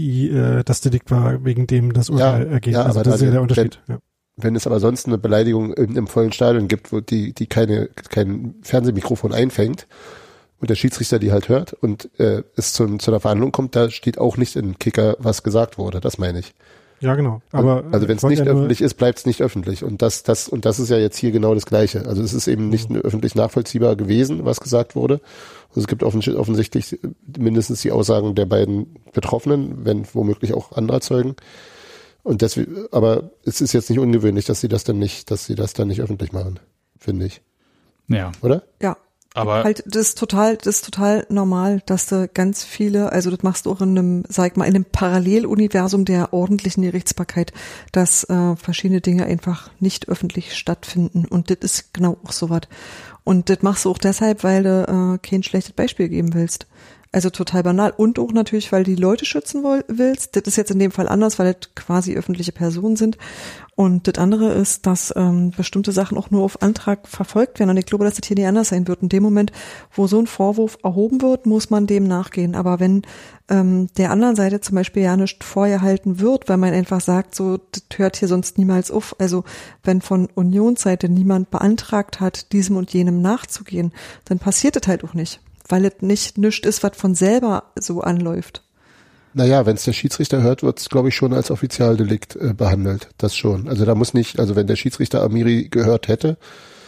[SPEAKER 5] das Delikt war, wegen dem das Urteil ergeht.
[SPEAKER 4] Ja,
[SPEAKER 5] also
[SPEAKER 4] aber
[SPEAKER 5] das ist ja der Unterschied.
[SPEAKER 4] Wenn es aber sonst eine Beleidigung im vollen Stadion gibt, wo die kein Fernsehmikrofon einfängt und der Schiedsrichter die halt hört und es zu einer Verhandlung kommt, da steht auch nicht im Kicker, was gesagt wurde. Das meine ich.
[SPEAKER 5] Ja, genau. Aber
[SPEAKER 4] also wenn es nicht öffentlich ist, bleibt es nicht öffentlich. Und das ist ja jetzt hier genau das Gleiche. Also es ist eben nicht öffentlich nachvollziehbar gewesen, was gesagt wurde. Und es gibt offensichtlich mindestens die Aussagen der beiden Betroffenen, wenn womöglich auch anderer Zeugen. Und deswegen, aber es ist jetzt nicht ungewöhnlich, dass sie das dann nicht öffentlich machen, finde ich.
[SPEAKER 2] Ja.
[SPEAKER 4] Oder?
[SPEAKER 3] Ja.
[SPEAKER 2] Aber
[SPEAKER 3] halt, das ist total normal, dass du ganz viele, also das machst du auch in einem Paralleluniversum der ordentlichen Gerichtsbarkeit, dass verschiedene Dinge einfach nicht öffentlich stattfinden, und das ist genau auch sowas. Und das machst du auch deshalb, weil du kein schlechtes Beispiel geben willst. Also total banal. Und auch natürlich, weil du die Leute schützen willst. Das ist jetzt in dem Fall anders, weil das quasi öffentliche Personen sind. Und das andere ist, dass bestimmte Sachen auch nur auf Antrag verfolgt werden. Und ich glaube, dass das hier nicht anders sein wird. In dem Moment, wo so ein Vorwurf erhoben wird, muss man dem nachgehen. Aber wenn der anderen Seite zum Beispiel ja nicht vorgehalten wird, weil man einfach sagt, so, das hört hier sonst niemals auf. Also wenn von Unionsseite niemand beantragt hat, diesem und jenem nachzugehen, dann passiert das halt auch nicht. Weil es nichts ist, was von selber so anläuft.
[SPEAKER 4] Naja, wenn es der Schiedsrichter hört, wird es, glaube ich, schon als Offizialdelikt behandelt. Das schon. Also da muss nicht, also wenn der Schiedsrichter Amiri gehört hätte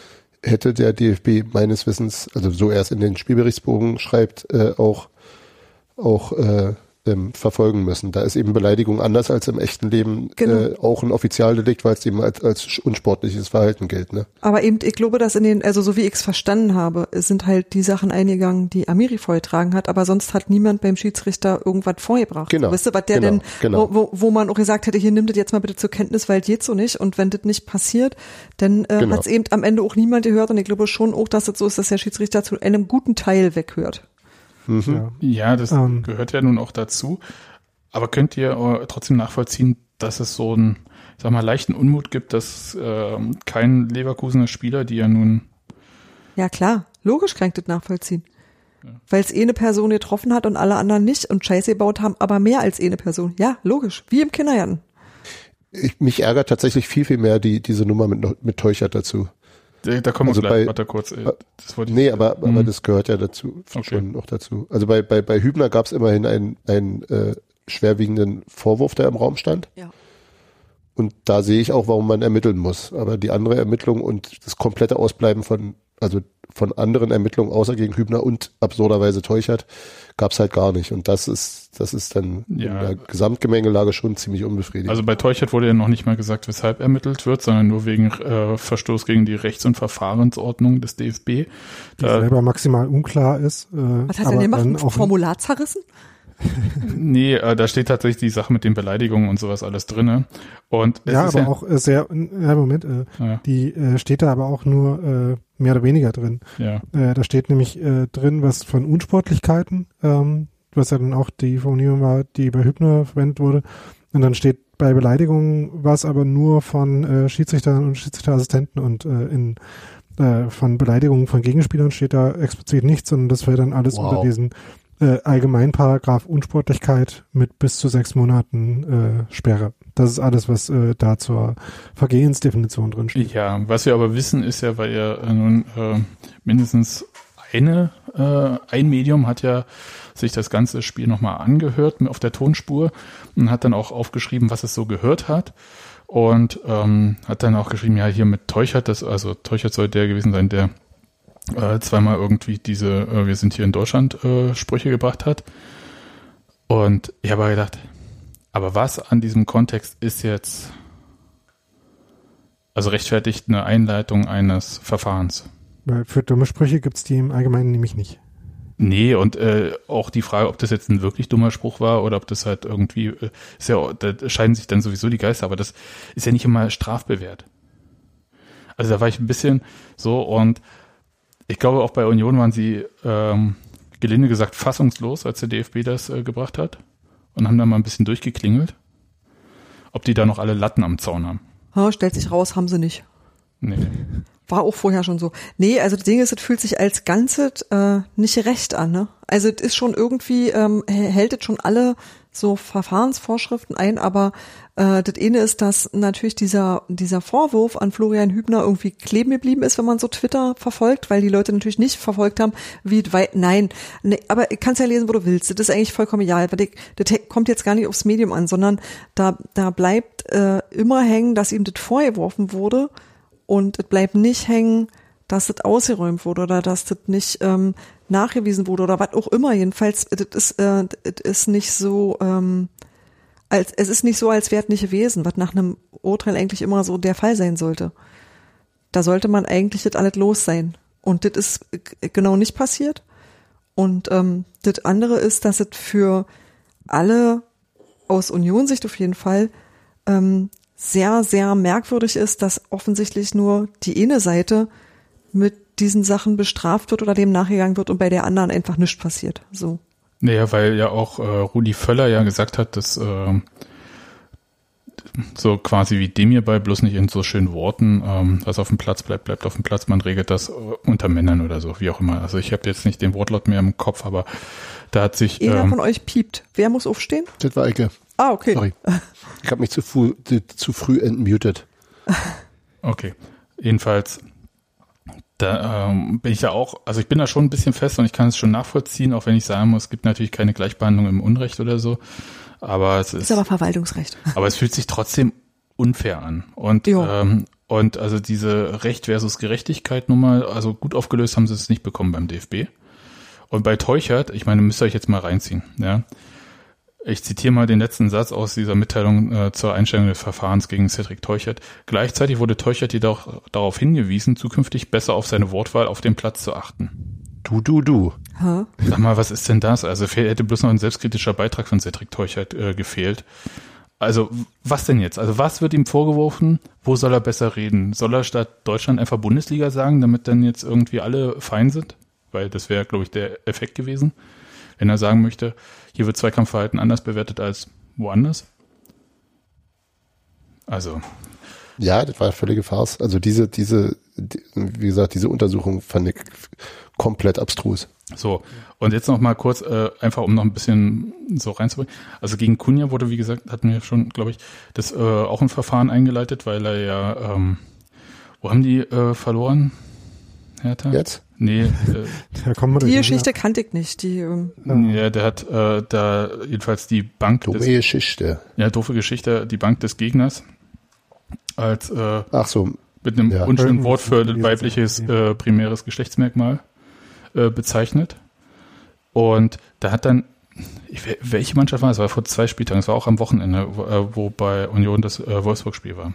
[SPEAKER 4] der DFB meines Wissens, also so er es in den Spielberichtsbogen schreibt, auch verfolgen müssen. Da ist eben Beleidigung anders als im echten Leben auch ein Offizialdelikt, weil es eben als unsportliches Verhalten gilt. Ne?
[SPEAKER 3] Aber eben, ich glaube, dass also so wie ich es verstanden habe, sind halt die Sachen eingegangen, die Amiri vorgetragen hat, aber sonst hat niemand beim Schiedsrichter irgendwas vorgebracht.
[SPEAKER 4] Genau.
[SPEAKER 3] Weißt du, was der wo man auch gesagt hätte, hier nimm das jetzt mal bitte zur Kenntnis, weil das geht so nicht, und wenn das nicht passiert, dann hat es eben am Ende auch niemand gehört, und ich glaube schon auch, dass es so ist, dass der Schiedsrichter zu einem guten Teil weghört.
[SPEAKER 2] Ja, das gehört ja nun auch dazu. Aber könnt ihr trotzdem nachvollziehen, dass es so einen, sag mal, leichten Unmut gibt, dass kein Leverkusener Spieler, die ja nun...
[SPEAKER 3] Ja klar, logisch kann ich das nachvollziehen. Ja. Weil es eine Person getroffen hat und alle anderen nicht und Scheiße gebaut haben, aber mehr als eine Person. Ja, logisch, wie im Kindergarten.
[SPEAKER 4] Mich ärgert tatsächlich viel mehr diese Nummer mit Teuchert dazu.
[SPEAKER 2] Da kommen wir gleich, warte kurz.
[SPEAKER 4] Das wollte ich aber das gehört ja dazu, schon noch dazu. Also bei Hübner gab es immerhin einen schwerwiegenden Vorwurf, der im Raum stand.
[SPEAKER 3] Ja.
[SPEAKER 4] Und da sehe ich auch, warum man ermitteln muss. Aber die andere Ermittlung und das komplette Ausbleiben von anderen Ermittlungen außer gegen Hübner und absurderweise Teuchert gab es halt gar nicht. Und das ist dann in der Gesamtgemengelage schon ziemlich unbefriedigend.
[SPEAKER 2] Also bei Teuchert wurde ja noch nicht mal gesagt, weshalb ermittelt wird, sondern nur wegen Verstoß gegen die Rechts- und Verfahrensordnung des DFB.
[SPEAKER 5] Die selber maximal unklar ist.
[SPEAKER 3] Was hat er denn gemacht? Ein Formular zerrissen?
[SPEAKER 2] Nee, da steht tatsächlich die Sache mit den Beleidigungen und sowas alles drinne. Und
[SPEAKER 5] ja, aber auch sehr, die steht da aber auch nur mehr oder weniger drin.
[SPEAKER 2] Ja.
[SPEAKER 5] Da steht nämlich drin, was von Unsportlichkeiten, was ja dann auch die Formulierung war, die bei Hübner verwendet wurde. Und dann steht bei Beleidigungen was aber nur von Schiedsrichtern und Schiedsrichterassistenten, und von Beleidigungen von Gegenspielern steht da explizit nichts, sondern das fällt dann alles unter diesen Allgemeinparagraph Unsportlichkeit mit bis zu 6 Monaten Sperre. Das ist alles, was da zur Vergehensdefinition drin steht.
[SPEAKER 2] Ja, was wir aber wissen, ist ja, weil ja nun mindestens ein Medium hat ja sich das ganze Spiel nochmal angehört auf der Tonspur und hat dann auch aufgeschrieben, was es so gehört hat. Und hat dann auch geschrieben, ja, hier mit Teuchert, Teuchert soll der gewesen sein, der zweimal irgendwie diese wir sind hier in Deutschland Sprüche gebracht hat. Und ich habe gedacht, aber was an diesem Kontext ist jetzt rechtfertigt eine Einleitung eines Verfahrens?
[SPEAKER 5] Weil für dumme Sprüche gibt's die im Allgemeinen nämlich nicht.
[SPEAKER 2] Nee, und auch die Frage, ob das jetzt ein wirklich dummer Spruch war oder ob das halt irgendwie, da scheiden sich dann sowieso die Geister, aber das ist ja nicht immer strafbewehrt. Also da war ich ein bisschen so, und ich glaube auch bei Union waren sie, gelinde gesagt, fassungslos, als der DFB das gebracht hat, und haben da mal ein bisschen durchgeklingelt, ob die da noch alle Latten am Zaun haben.
[SPEAKER 3] Ha, stellt sich raus, haben sie nicht.
[SPEAKER 2] Nee.
[SPEAKER 3] War auch vorher schon so. Nee, also das Ding ist, es fühlt sich als Ganzes nicht recht an, ne? Also es ist schon irgendwie, hält es schon alle so Verfahrensvorschriften ein, aber das eine ist, dass natürlich dieser Vorwurf an Florian Hübner irgendwie kleben geblieben ist, wenn man so Twitter verfolgt, weil die Leute natürlich nicht verfolgt haben, wie weit, nein, aber kannst ja lesen, wo du willst. Das ist eigentlich vollkommen egal, weil das kommt jetzt gar nicht aufs Medium an, sondern da bleibt immer hängen, dass ihm das vorgeworfen wurde. Und es bleibt nicht hängen, dass das ausgeräumt wurde oder dass das nicht nachgewiesen wurde oder was auch immer. Jedenfalls, es ist nicht so, es ist nicht so, als wäre es nicht gewesen, was nach einem Urteil eigentlich immer so der Fall sein sollte. Da sollte man eigentlich das alles los sein. Und das ist genau nicht passiert. Und das andere ist, dass es für alle aus Union-Sicht auf jeden Fall sehr, sehr merkwürdig ist, dass offensichtlich nur die eine Seite mit diesen Sachen bestraft wird oder dem nachgegangen wird und bei der anderen einfach nichts passiert. So.
[SPEAKER 2] Naja, weil ja auch Rudi Völler ja gesagt hat, dass so quasi wie dem hierbei, bloß nicht in so schönen Worten, was auf dem Platz bleibt, bleibt auf dem Platz, man regelt das unter Männern oder so, wie auch immer. Also ich habe jetzt nicht den Wortlaut mehr im Kopf, aber da hat sich...
[SPEAKER 3] Jeder von euch piept. Wer muss aufstehen?
[SPEAKER 4] Das war Eike.
[SPEAKER 3] Ah, okay.
[SPEAKER 4] Sorry. Ich habe mich zu früh entmutet.
[SPEAKER 2] Okay. Jedenfalls, da bin ich ja auch, also ich bin da schon ein bisschen fest und ich kann es schon nachvollziehen, auch wenn ich sagen muss, es gibt natürlich keine Gleichbehandlung im Unrecht oder so. Aber es ist
[SPEAKER 3] aber Verwaltungsrecht.
[SPEAKER 2] Aber es fühlt sich trotzdem unfair an. Und also diese Recht versus Gerechtigkeit Nummer, also gut aufgelöst haben sie es nicht bekommen beim DFB. Und bei Teuchert, ich meine, müsst ihr euch jetzt mal reinziehen, ja. Ich zitiere mal den letzten Satz aus dieser Mitteilung zur Einstellung des Verfahrens gegen Cedric Teuchert. Gleichzeitig wurde Teuchert jedoch darauf hingewiesen, zukünftig besser auf seine Wortwahl auf dem Platz zu achten.
[SPEAKER 4] Du.
[SPEAKER 3] Huh?
[SPEAKER 2] Sag mal, was ist denn das? Also hätte bloß noch ein selbstkritischer Beitrag von Cedric Teuchert gefehlt. Also was denn jetzt? Also was wird ihm vorgeworfen? Wo soll er besser reden? Soll er statt Deutschland einfach Bundesliga sagen, damit dann jetzt irgendwie alle fein sind? Weil das wäre, glaube ich, der Effekt gewesen. Wenn er sagen möchte, hier wird Zweikampfverhalten anders bewertet als woanders. Also.
[SPEAKER 4] Ja, das war eine völlige Farce. Also diese, wie gesagt, diese Untersuchung fand ich komplett abstrus.
[SPEAKER 2] So, und jetzt noch mal kurz, einfach um noch ein bisschen so reinzubringen. Also gegen Cunha wurde, wie gesagt, hatten wir schon, glaube ich, das auch ein Verfahren eingeleitet, weil er ja, wo haben die verloren? Hertha?
[SPEAKER 4] Jetzt?
[SPEAKER 2] Nee.
[SPEAKER 3] Die Geschichte kannte ich nicht.
[SPEAKER 2] Ja, der hat da jedenfalls die Bank
[SPEAKER 4] Dumme Geschichte.
[SPEAKER 2] Ja, doofe Geschichte, die Bank des Gegners als
[SPEAKER 4] ach so,
[SPEAKER 2] mit einem unschönen Wort für ein weibliches primäres Geschlechtsmerkmal bezeichnet. Und da hat dann, welche Mannschaft war es? War vor 2 Spieltagen, es war auch am Wochenende, wo bei Union das Wolfsburg-Spiel war.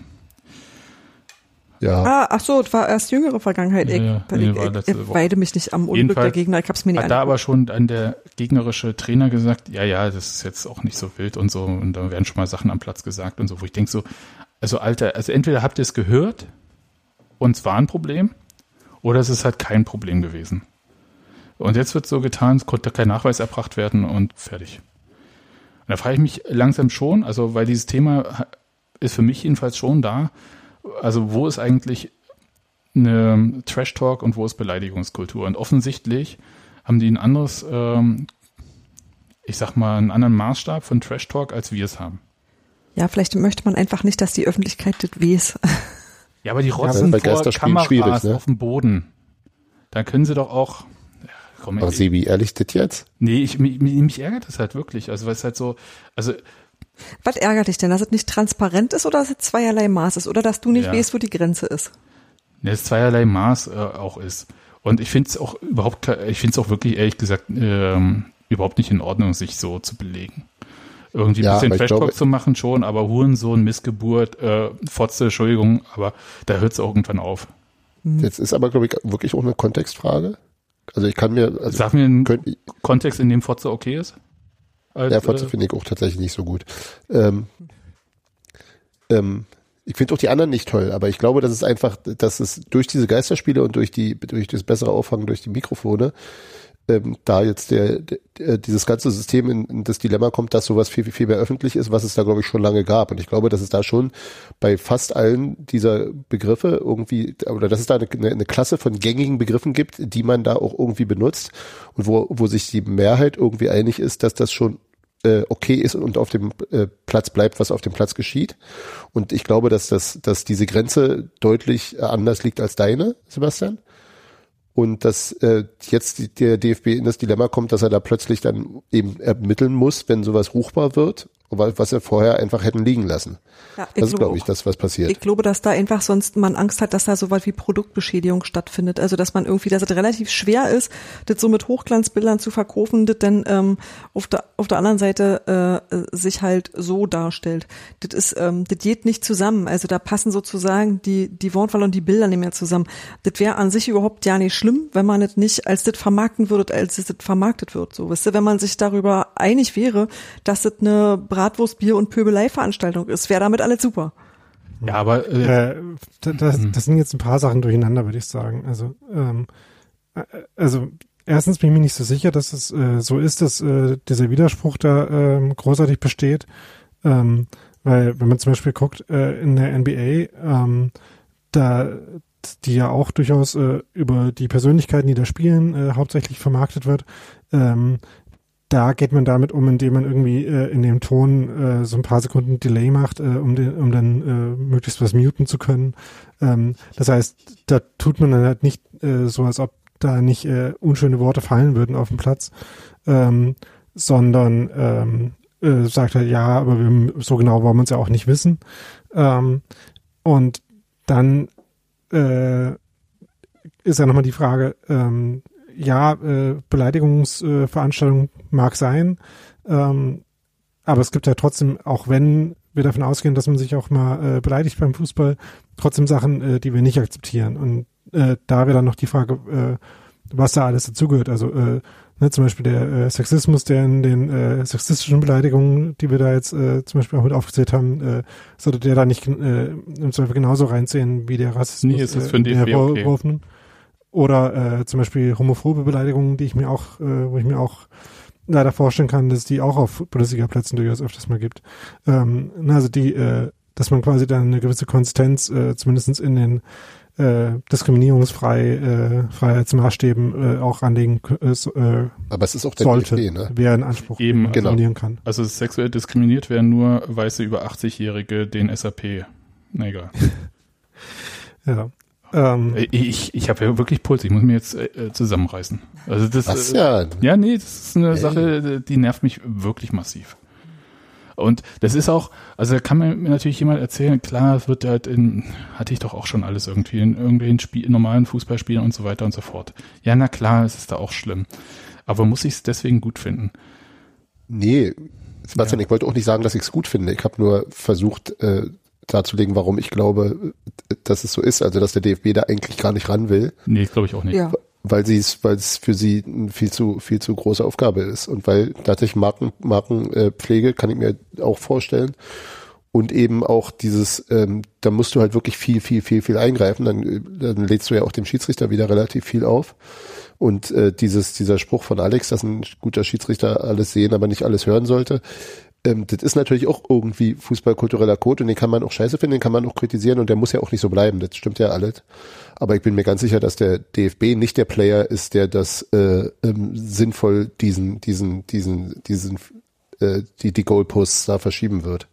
[SPEAKER 4] Ja.
[SPEAKER 3] Ach so, das war erst jüngere Vergangenheit. Ich weide mich nicht am Unglück der Gegner, ich hab's mir nicht
[SPEAKER 2] angeguckt. Hat da aber schon dann der gegnerische Trainer gesagt, ja, das ist jetzt auch nicht so wild und so, und da werden schon mal Sachen am Platz gesagt und so, wo ich denke so, also Alter, also entweder habt ihr es gehört und es war ein Problem, oder es ist halt kein Problem gewesen. Und jetzt wird so getan, es konnte kein Nachweis erbracht werden und fertig. Und da frage ich mich langsam schon, also weil dieses Thema ist für mich jedenfalls schon da, also wo ist eigentlich eine Trash-Talk und wo ist Beleidigungskultur? Und offensichtlich haben die ein anderes, ich sag mal, einen anderen Maßstab von Trash-Talk, als wir es haben.
[SPEAKER 3] Ja, vielleicht möchte man einfach nicht, dass die Öffentlichkeit das weiß.
[SPEAKER 2] Ja, aber die rotzen vor Kameras auf dem Boden. Da können sie doch auch... Komm,
[SPEAKER 4] aber Sebi, ehrlich, das jetzt?
[SPEAKER 2] Nee, mich ärgert das halt wirklich. Also weil es halt so...
[SPEAKER 3] Was ärgert dich denn? Dass es nicht transparent ist oder dass es zweierlei Maß ist? Oder dass du nicht weißt, wo die Grenze ist?
[SPEAKER 2] Dass es zweierlei Maß auch ist. Und ich finde es auch wirklich, ehrlich gesagt, überhaupt nicht in Ordnung, sich so zu belegen. Irgendwie ein bisschen Trash-Talk zu machen schon, aber Hurensohn, Missgeburt, Fotze, Entschuldigung, aber da hört es irgendwann auf.
[SPEAKER 4] Jetzt ist aber, glaube ich, wirklich auch eine Kontextfrage. Also ich kann mir... Also
[SPEAKER 2] sag mir einen Kontext, in dem Fotze okay ist.
[SPEAKER 4] Ja, Fotze finde ich auch tatsächlich nicht so gut. Ich finde auch die anderen nicht toll, aber ich glaube, dass es durch diese Geisterspiele und durch das bessere Auffangen durch die Mikrofone, da jetzt dieses ganze System in das Dilemma kommt, dass sowas viel, viel mehr öffentlich ist, was es da, glaube ich, schon lange gab. Und ich glaube, dass es da schon bei fast allen dieser Begriffe irgendwie, oder dass es da eine Klasse von gängigen Begriffen gibt, die man da auch irgendwie benutzt und wo sich die Mehrheit irgendwie einig ist, dass das schon okay ist und auf dem Platz bleibt, was auf dem Platz geschieht. Und ich glaube, dass diese Grenze deutlich anders liegt als deine, Sebastian. Und dass jetzt der DFB in das Dilemma kommt, dass er da plötzlich dann eben ermitteln muss, wenn sowas ruchbar wird, was er vorher einfach hätten liegen lassen.
[SPEAKER 3] Ja,
[SPEAKER 4] das ist, glaube ich, das, was passiert.
[SPEAKER 3] Ich glaube, dass da einfach sonst man Angst hat, dass da so was wie Produktbeschädigung stattfindet. Also, dass man irgendwie, dass es relativ schwer ist, das so mit Hochglanzbildern zu verkaufen, das dann auf der anderen Seite sich halt so darstellt. Das geht nicht zusammen. Also, da passen sozusagen die Wortwahl und die Bilder nicht mehr zusammen. Das wäre an sich überhaupt ja nicht schlimm, wenn man es nicht als das vermarkten würde, als es das vermarktet wird. So, wisst ihr, wenn man sich darüber einig wäre, dass das eine Bratwurst, Bier und Pöbelei-Veranstaltung ist, wäre damit alles super.
[SPEAKER 2] Ja, aber
[SPEAKER 5] das sind jetzt ein paar Sachen durcheinander, würde ich sagen. Also erstens bin ich mir nicht so sicher, dass es so ist, dass dieser Widerspruch da großartig besteht, weil wenn man zum Beispiel guckt in der NBA, da die ja auch durchaus über die Persönlichkeiten, die da spielen, hauptsächlich vermarktet wird, da geht man damit um, indem man irgendwie in dem Ton so ein paar Sekunden Delay macht, um dann möglichst was muten zu können. Das heißt, da tut man dann halt nicht so, als ob da nicht unschöne Worte fallen würden auf dem Platz, sondern sagt halt, ja, aber so genau wollen wir es ja auch nicht wissen. Und dann ist ja nochmal die Frage, Beleidigungsveranstaltung mag sein, aber es gibt ja trotzdem, auch wenn wir davon ausgehen, dass man sich auch mal beleidigt beim Fußball, trotzdem Sachen, die wir nicht akzeptieren. Und da wäre dann noch die Frage, was da alles dazugehört. Also zum Beispiel der Sexismus, der in den sexistischen Beleidigungen, die wir da jetzt zum Beispiel auch mit aufgezählt haben, sollte der da nicht im Zweifel genauso reinziehen wie der Rassismus.
[SPEAKER 2] Nee, ist das für den DFB okay.
[SPEAKER 5] Oder zum Beispiel homophobe Beleidigungen, die ich mir auch, wo ich mir auch leider vorstellen kann, dass die auch auf Bundesliga-Plätzen durchaus öfters mal gibt. Also dass man quasi dann eine gewisse Konsistenz zumindest in den Diskriminierungsfreiheitsmaßstäben auch anlegen
[SPEAKER 4] aber es ist auch der
[SPEAKER 5] sollte,
[SPEAKER 4] DFB, ne?
[SPEAKER 5] wer einen Anspruch formulieren kann.
[SPEAKER 2] Also sexuell diskriminiert werden nur weiße über 80-Jährige den SAP. Na egal.
[SPEAKER 5] Ja.
[SPEAKER 2] Ich habe ja wirklich Puls, ich muss mir jetzt zusammenreißen. Also das,
[SPEAKER 4] das
[SPEAKER 2] ist eine Sache, die nervt mich wirklich massiv. Und das ist auch, also da kann mir natürlich jemand erzählen, klar, es wird halt hatte ich doch auch schon alles irgendwie, in irgendwelchen normalen Fußballspielen und so weiter und so fort. Ja, na klar, es ist da auch schlimm. Aber muss ich es deswegen gut finden?
[SPEAKER 4] Nee, Sebastian, ich wollte auch nicht sagen, dass ich es gut finde. Ich habe nur versucht, darzulegen, warum ich glaube, dass es so ist, also dass der DFB da eigentlich gar nicht ran will.
[SPEAKER 2] Nee, glaube ich auch nicht.
[SPEAKER 3] Ja.
[SPEAKER 4] Weil es für sie eine viel zu große Aufgabe ist und weil tatsächlich Markenpflege kann ich mir auch vorstellen und eben auch dieses, da musst du halt wirklich viel eingreifen, dann lädst du ja auch dem Schiedsrichter wieder relativ viel auf und dieser Spruch von Alex, dass ein guter Schiedsrichter alles sehen, aber nicht alles hören sollte, das ist natürlich auch irgendwie fußballkultureller Code und den kann man auch scheiße finden, den kann man auch kritisieren und der muss ja auch nicht so bleiben, das stimmt ja alles. Aber ich bin mir ganz sicher, dass der DFB nicht der Player ist, der das sinnvoll die Goalposts da verschieben wird.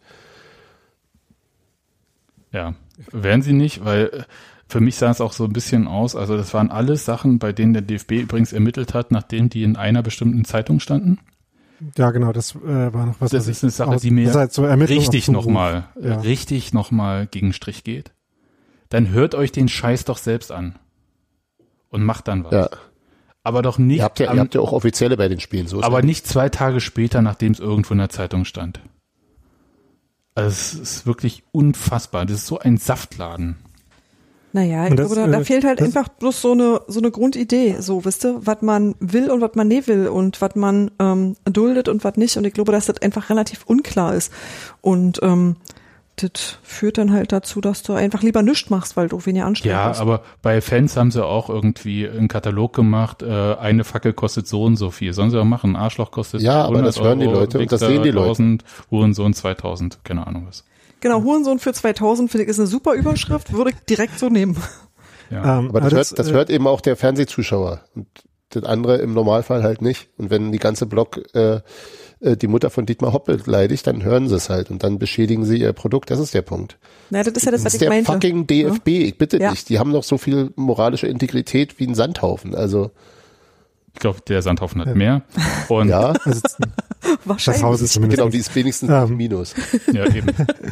[SPEAKER 2] Ja, werden sie nicht, weil für mich sah es auch so ein bisschen aus, also das waren alles Sachen, bei denen der DFB übrigens ermittelt hat, nachdem die in einer bestimmten Zeitung standen.
[SPEAKER 5] Ja, genau, das war noch was.
[SPEAKER 2] Das ist eine Sache, die mir
[SPEAKER 5] halt so richtig nochmal
[SPEAKER 2] gegen Strich geht. Dann hört euch den Scheiß doch selbst an und macht dann was.
[SPEAKER 4] Ja.
[SPEAKER 2] Aber doch nicht.
[SPEAKER 4] Ihr habt ja auch Offizielle bei den Spielen, so ist
[SPEAKER 2] aber
[SPEAKER 4] es.
[SPEAKER 2] nicht 2 Tage später, nachdem es irgendwo in der Zeitung stand. Also es ist wirklich unfassbar. Das ist so ein Saftladen.
[SPEAKER 3] Naja, ich glaube, da fehlt halt einfach bloß so eine Grundidee, so, wisst ihr, was man will und was man nicht will und was man duldet und was nicht. Und ich glaube, dass das einfach relativ unklar ist. Und das führt dann halt dazu, dass du einfach lieber nichts machst, weil du weniger anstrengend bist.
[SPEAKER 2] Ja, aber bei Fans haben sie auch irgendwie einen Katalog gemacht, eine Fackel kostet so und so viel. Sollen sie auch machen, ein Arschloch kostet
[SPEAKER 4] ja, aber das hören die Leute und das sehen die Leute.
[SPEAKER 2] 1000, Hurensohn 2000, keine Ahnung was.
[SPEAKER 3] Genau, Hurensohn für 2000, finde ich, ist eine super Überschrift, würde ich direkt so nehmen.
[SPEAKER 2] Ja.
[SPEAKER 4] Aber das hört eben auch der Fernsehzuschauer und das andere im Normalfall halt nicht. Und wenn die ganze Block die Mutter von Dietmar Hopp beleidigt, dann hören sie es halt und dann beschädigen sie ihr Produkt. Das ist der Punkt.
[SPEAKER 3] Na, das ist ja das, was
[SPEAKER 4] ist
[SPEAKER 3] ich meinte.
[SPEAKER 4] Der fucking DFB, ich bitte
[SPEAKER 3] Ja.
[SPEAKER 4] dich. Die haben doch so viel moralische Integrität wie ein Sandhaufen. Also
[SPEAKER 2] Ich glaube, der Sandhaufen hat mehr. Und
[SPEAKER 4] ja,
[SPEAKER 5] Also,
[SPEAKER 3] Wahrscheinlich.
[SPEAKER 5] das Haus ist zumindest.
[SPEAKER 4] genau, die ist wenigstens Minus.
[SPEAKER 2] ja, eben.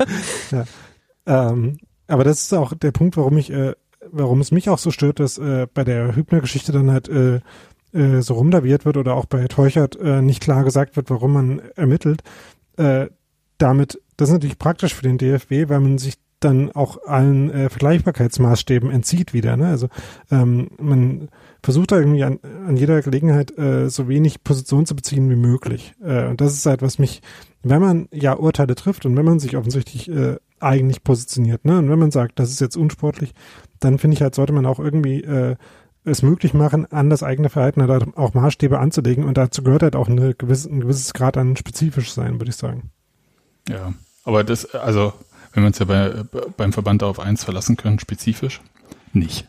[SPEAKER 5] Aber das ist auch der Punkt, warum es mich auch so stört, dass bei der Hübner-Geschichte dann halt so rumlaviert wird oder auch bei Teuchert nicht klar gesagt wird, warum man ermittelt. Das ist natürlich praktisch für den DFB, weil man sich dann auch allen Vergleichbarkeitsmaßstäben entzieht wieder. Ne? Also man versucht da irgendwie an jeder Gelegenheit so wenig Position zu beziehen wie möglich. Und das ist halt, was mich, wenn man ja Urteile trifft und wenn man sich offensichtlich eigentlich positioniert, ne, und wenn man sagt, das ist jetzt unsportlich, dann finde ich halt, sollte man auch irgendwie es möglich machen, an das eigene Verhalten halt auch Maßstäbe anzulegen, und dazu gehört halt auch ein gewisses Grad an spezifisch sein, würde ich sagen.
[SPEAKER 2] Ja, aber das, also wenn wir uns ja beim Verband auf 1 verlassen können, spezifisch nicht.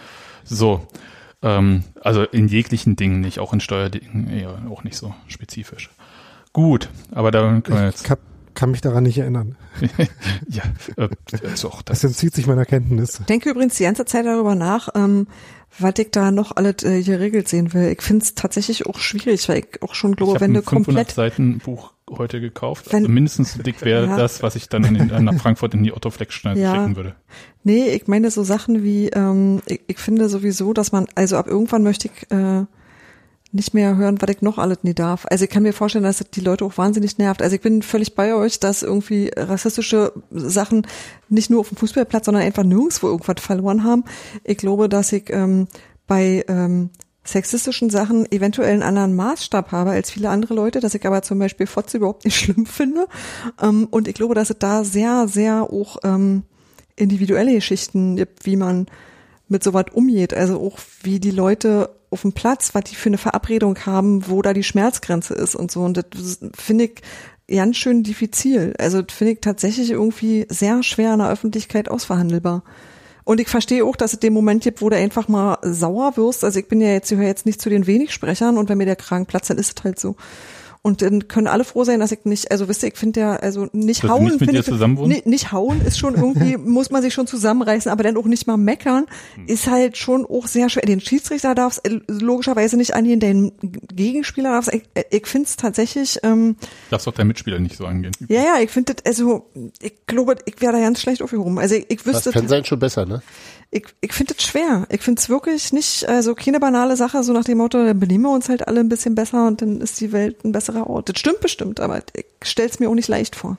[SPEAKER 2] So, also in jeglichen Dingen nicht, auch in Steuerdingen eher auch nicht so spezifisch. Gut, aber da können wir jetzt...
[SPEAKER 5] Kann mich daran nicht erinnern.
[SPEAKER 2] Ja, doch.
[SPEAKER 5] Das entzieht sich meiner Kenntnis.
[SPEAKER 3] Ich denke übrigens die ganze Zeit darüber nach, was ich da noch alles geregelt sehen will. Ich finde es tatsächlich auch schwierig, weil ich auch schon glaube, wenn du komplett...
[SPEAKER 2] 500 Seiten Buch heute gekauft, also mindestens so dick wäre das, was ich dann nach Frankfurt in die Otto Flex schicken würde.
[SPEAKER 3] Nee, ich meine so Sachen wie, ich finde sowieso, dass man, also ab irgendwann möchte ich nicht mehr hören, was ich noch alles nie darf. Also ich kann mir vorstellen, dass das die Leute auch wahnsinnig nervt. Also ich bin völlig bei euch, dass irgendwie rassistische Sachen nicht nur auf dem Fußballplatz, sondern einfach nirgendwo irgendwas verloren haben. Ich glaube, dass ich bei sexistischen Sachen eventuell einen anderen Maßstab habe als viele andere Leute, dass ich aber zum Beispiel Fotze überhaupt nicht schlimm finde. Und ich glaube, dass es da sehr, sehr auch individuelle Geschichten gibt, wie man mit sowas umgeht. Also auch wie die Leute auf dem Platz, was die für eine Verabredung haben, wo da die Schmerzgrenze ist und so. Und das finde ich ganz schön diffizil. Also das finde ich tatsächlich irgendwie sehr schwer in der Öffentlichkeit ausverhandelbar. Und ich verstehe auch, dass es den Moment gibt, wo du einfach mal sauer wirst. Also ich gehöre jetzt nicht zu den Wenigsprechern, und wenn mir der Kragen platzt, dann ist es halt so. Und dann können alle froh sein, dass ich nicht, also wisst ihr, ich finde ja, also nicht
[SPEAKER 2] dass
[SPEAKER 3] hauen,
[SPEAKER 2] nicht mit dir zusammenwohnen?
[SPEAKER 3] Nicht hauen ist schon irgendwie, muss man sich schon zusammenreißen, aber dann auch nicht mal meckern, ist halt schon auch sehr schwer. Den Schiedsrichter darfst logischerweise nicht angehen, den Gegenspieler darfst, ich finde es tatsächlich,
[SPEAKER 2] darfst auch deinen Mitspieler nicht so angehen.
[SPEAKER 3] Ja, ich finde das, also, ich glaube, ich wäre da ganz schlecht aufgehoben. Also ich wüsste.
[SPEAKER 4] Das kann sein schon besser, ne?
[SPEAKER 3] Ich finde es schwer. Ich finde es wirklich nicht, also keine banale Sache, so nach dem Motto, dann benehmen wir uns halt alle ein bisschen besser und dann ist die Welt ein besserer Ort. Das stimmt bestimmt, aber ich stell's mir auch nicht leicht vor.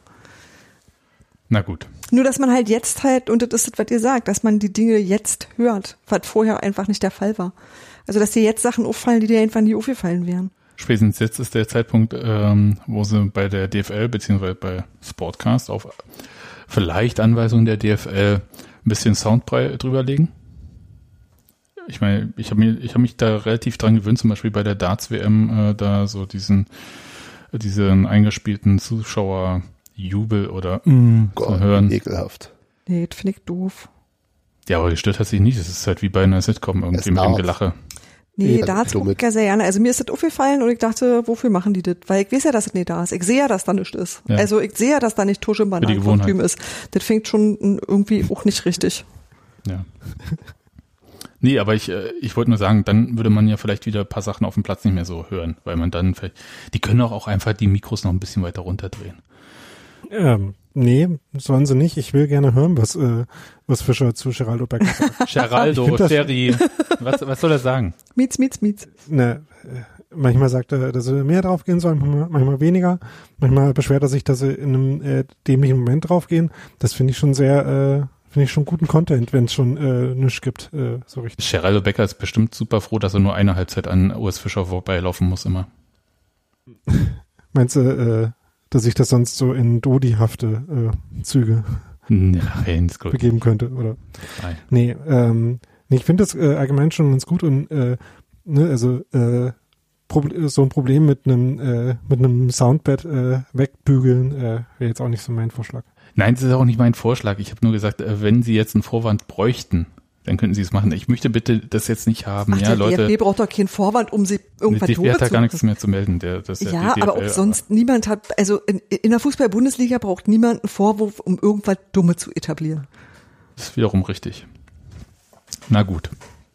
[SPEAKER 2] Na gut.
[SPEAKER 3] Nur, dass man halt jetzt halt, und das ist das, was ihr sagt, dass man die Dinge jetzt hört, was vorher einfach nicht der Fall war. Also, dass dir jetzt Sachen auffallen, die dir einfach nie aufgefallen wären.
[SPEAKER 2] Spätestens jetzt ist der Zeitpunkt, wo sie bei der DFL beziehungsweise bei Sportcast auf vielleicht Anweisung der DFL ein bisschen Sound drüber legen. Ich meine, ich habe mich da relativ dran gewöhnt, zum Beispiel bei der Darts-WM, da so diesen eingespielten Zuschauerjubel oder zu hören.
[SPEAKER 4] Ekelhaft.
[SPEAKER 3] Nee, das finde ich doof.
[SPEAKER 2] Ja, aber das stört tatsächlich nicht. Das ist halt wie bei einer Sitcom irgendwie mit dem Gelache.
[SPEAKER 3] Nee, Darts gucke ich ja sehr gerne. Also mir ist das aufgefallen und ich dachte, wofür machen die das? Weil ich weiß ja, dass es nicht da ist. Ich sehe ja, dass da nichts ist. Ja. Also ich sehe ja, dass da nicht Tusche im Bananenkostüm ist. Das fängt schon irgendwie auch nicht richtig.
[SPEAKER 2] Ja. Nee, aber ich wollte nur sagen, dann würde man ja vielleicht wieder ein paar Sachen auf dem Platz nicht mehr so hören, weil man dann vielleicht, die können auch einfach die Mikros noch ein bisschen weiter runterdrehen.
[SPEAKER 5] Nee, sollen sie nicht. Ich will gerne hören, was Fischer zu Geraldo Becker sagt.
[SPEAKER 2] Geraldo, Sherry, was soll er sagen?
[SPEAKER 3] Mietz.
[SPEAKER 5] Ne, manchmal sagt er, dass sie mehr draufgehen sollen, manchmal weniger. Manchmal beschwert er sich, dass sie in einem dämlichen Moment draufgehen. Das finde ich schon sehr finde ich schon guten Content, wenn es schon nichts gibt, so richtig.
[SPEAKER 2] Geraldo Becker ist bestimmt super froh, dass er nur eine Halbzeit an Urs Fischer vorbeilaufen muss immer.
[SPEAKER 5] Meinst du, dass ich das sonst so in Dodi-hafte Züge
[SPEAKER 2] Nein, ist gut.
[SPEAKER 5] begeben könnte, oder?
[SPEAKER 2] Nein.
[SPEAKER 5] Nee, ich finde das allgemein schon ganz gut und so ein Problem mit einem Soundbed wegbügeln wäre jetzt auch nicht so mein Vorschlag.
[SPEAKER 2] Nein, das ist auch nicht mein Vorschlag. Ich habe nur gesagt, wenn Sie jetzt einen Vorwand bräuchten, dann könnten Sie es machen. Ich möchte bitte das jetzt nicht haben.
[SPEAKER 3] Ach,
[SPEAKER 2] ja,
[SPEAKER 3] der
[SPEAKER 2] Leute,
[SPEAKER 3] DFB braucht doch keinen Vorwand, um sie irgendwas
[SPEAKER 2] der DFB hat da
[SPEAKER 3] zu
[SPEAKER 2] gar nichts mehr zu melden. Das ist
[SPEAKER 3] ja,
[SPEAKER 2] DFL,
[SPEAKER 3] aber auch sonst niemand hat, also in der Fußball-Bundesliga braucht niemand einen Vorwurf, um irgendwas Dumme zu etablieren.
[SPEAKER 2] Das ist wiederum richtig. Na gut.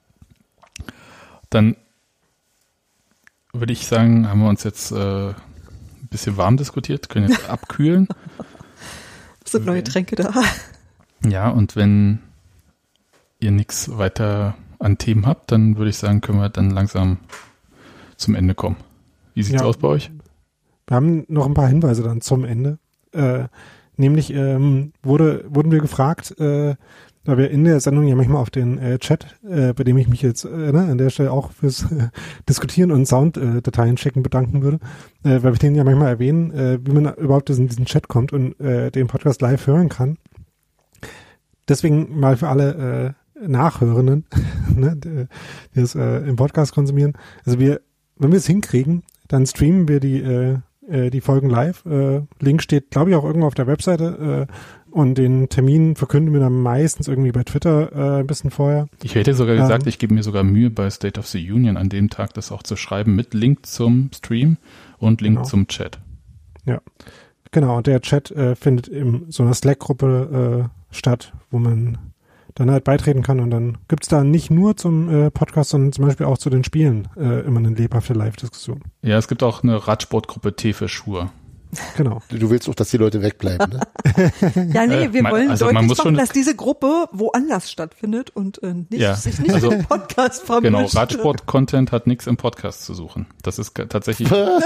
[SPEAKER 2] Dann würde ich sagen, haben wir uns jetzt ein bisschen warm diskutiert, können jetzt abkühlen.
[SPEAKER 3] Sind neue Tränke da?
[SPEAKER 2] Ja, und wenn ihr nichts weiter an Themen habt, dann würde ich sagen, können wir dann langsam zum Ende kommen. Wie sieht's aus bei euch?
[SPEAKER 5] Wir haben noch ein paar Hinweise dann zum Ende. Nämlich wurden wir gefragt, da wir in der Sendung ja manchmal auf den Chat, bei dem ich mich jetzt an der Stelle auch fürs Diskutieren und Sounddateien checken bedanken würde, weil wir den ja manchmal erwähnen, wie man überhaupt in diesen Chat kommt und den Podcast live hören kann. Deswegen mal für alle Nachhörenden, ne, die das im Podcast konsumieren. Also wenn wir es hinkriegen, dann streamen wir die Folgen live. Link steht, glaube ich, auch irgendwo auf der Webseite. Und den Termin verkünden wir dann meistens irgendwie bei Twitter ein bisschen vorher.
[SPEAKER 2] Ich hätte sogar gesagt, ich gebe mir sogar Mühe bei State of the Union an dem Tag das auch zu schreiben mit Link zum Stream und Link zum Chat.
[SPEAKER 5] Ja, genau. Und der Chat findet in so einer Slack-Gruppe statt, wo man dann halt beitreten kann. Und dann gibt's da nicht nur zum Podcast, sondern zum Beispiel auch zu den Spielen immer eine lebhafte Live-Diskussion.
[SPEAKER 2] Ja, es gibt auch eine Radsportgruppe T für Schuhe.
[SPEAKER 5] Genau.
[SPEAKER 4] Du willst auch, dass die Leute wegbleiben, ne?
[SPEAKER 3] Ja, nee, wir wollen deutlich
[SPEAKER 2] muss
[SPEAKER 3] machen, dass diese Gruppe woanders stattfindet und sich nicht im Podcast vermischt.
[SPEAKER 2] Genau, Radsport-Content hat nichts im Podcast zu suchen. Das ist tatsächlich...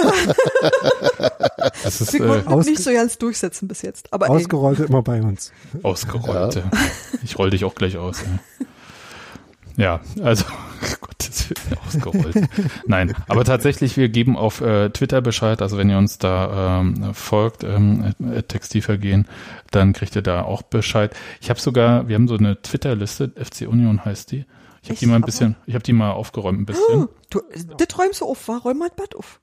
[SPEAKER 2] das ist,
[SPEAKER 3] wir konnten nicht so ganz durchsetzen bis jetzt. Aber
[SPEAKER 5] Ausgerollte immer bei uns.
[SPEAKER 2] Ausgerollte. Ja. Ich roll dich auch gleich aus. Ja, also Gottes Willen, ausgerollt. Nein, aber tatsächlich, wir geben auf Twitter Bescheid, also wenn ihr uns da folgt, Textilvergehen, dann kriegt ihr da auch Bescheid. Wir haben so eine Twitter-Liste, FC Union heißt die. Ich habe die mal aufgeräumt ein bisschen.
[SPEAKER 3] Das räumst du auf, räum mal das Bad auf.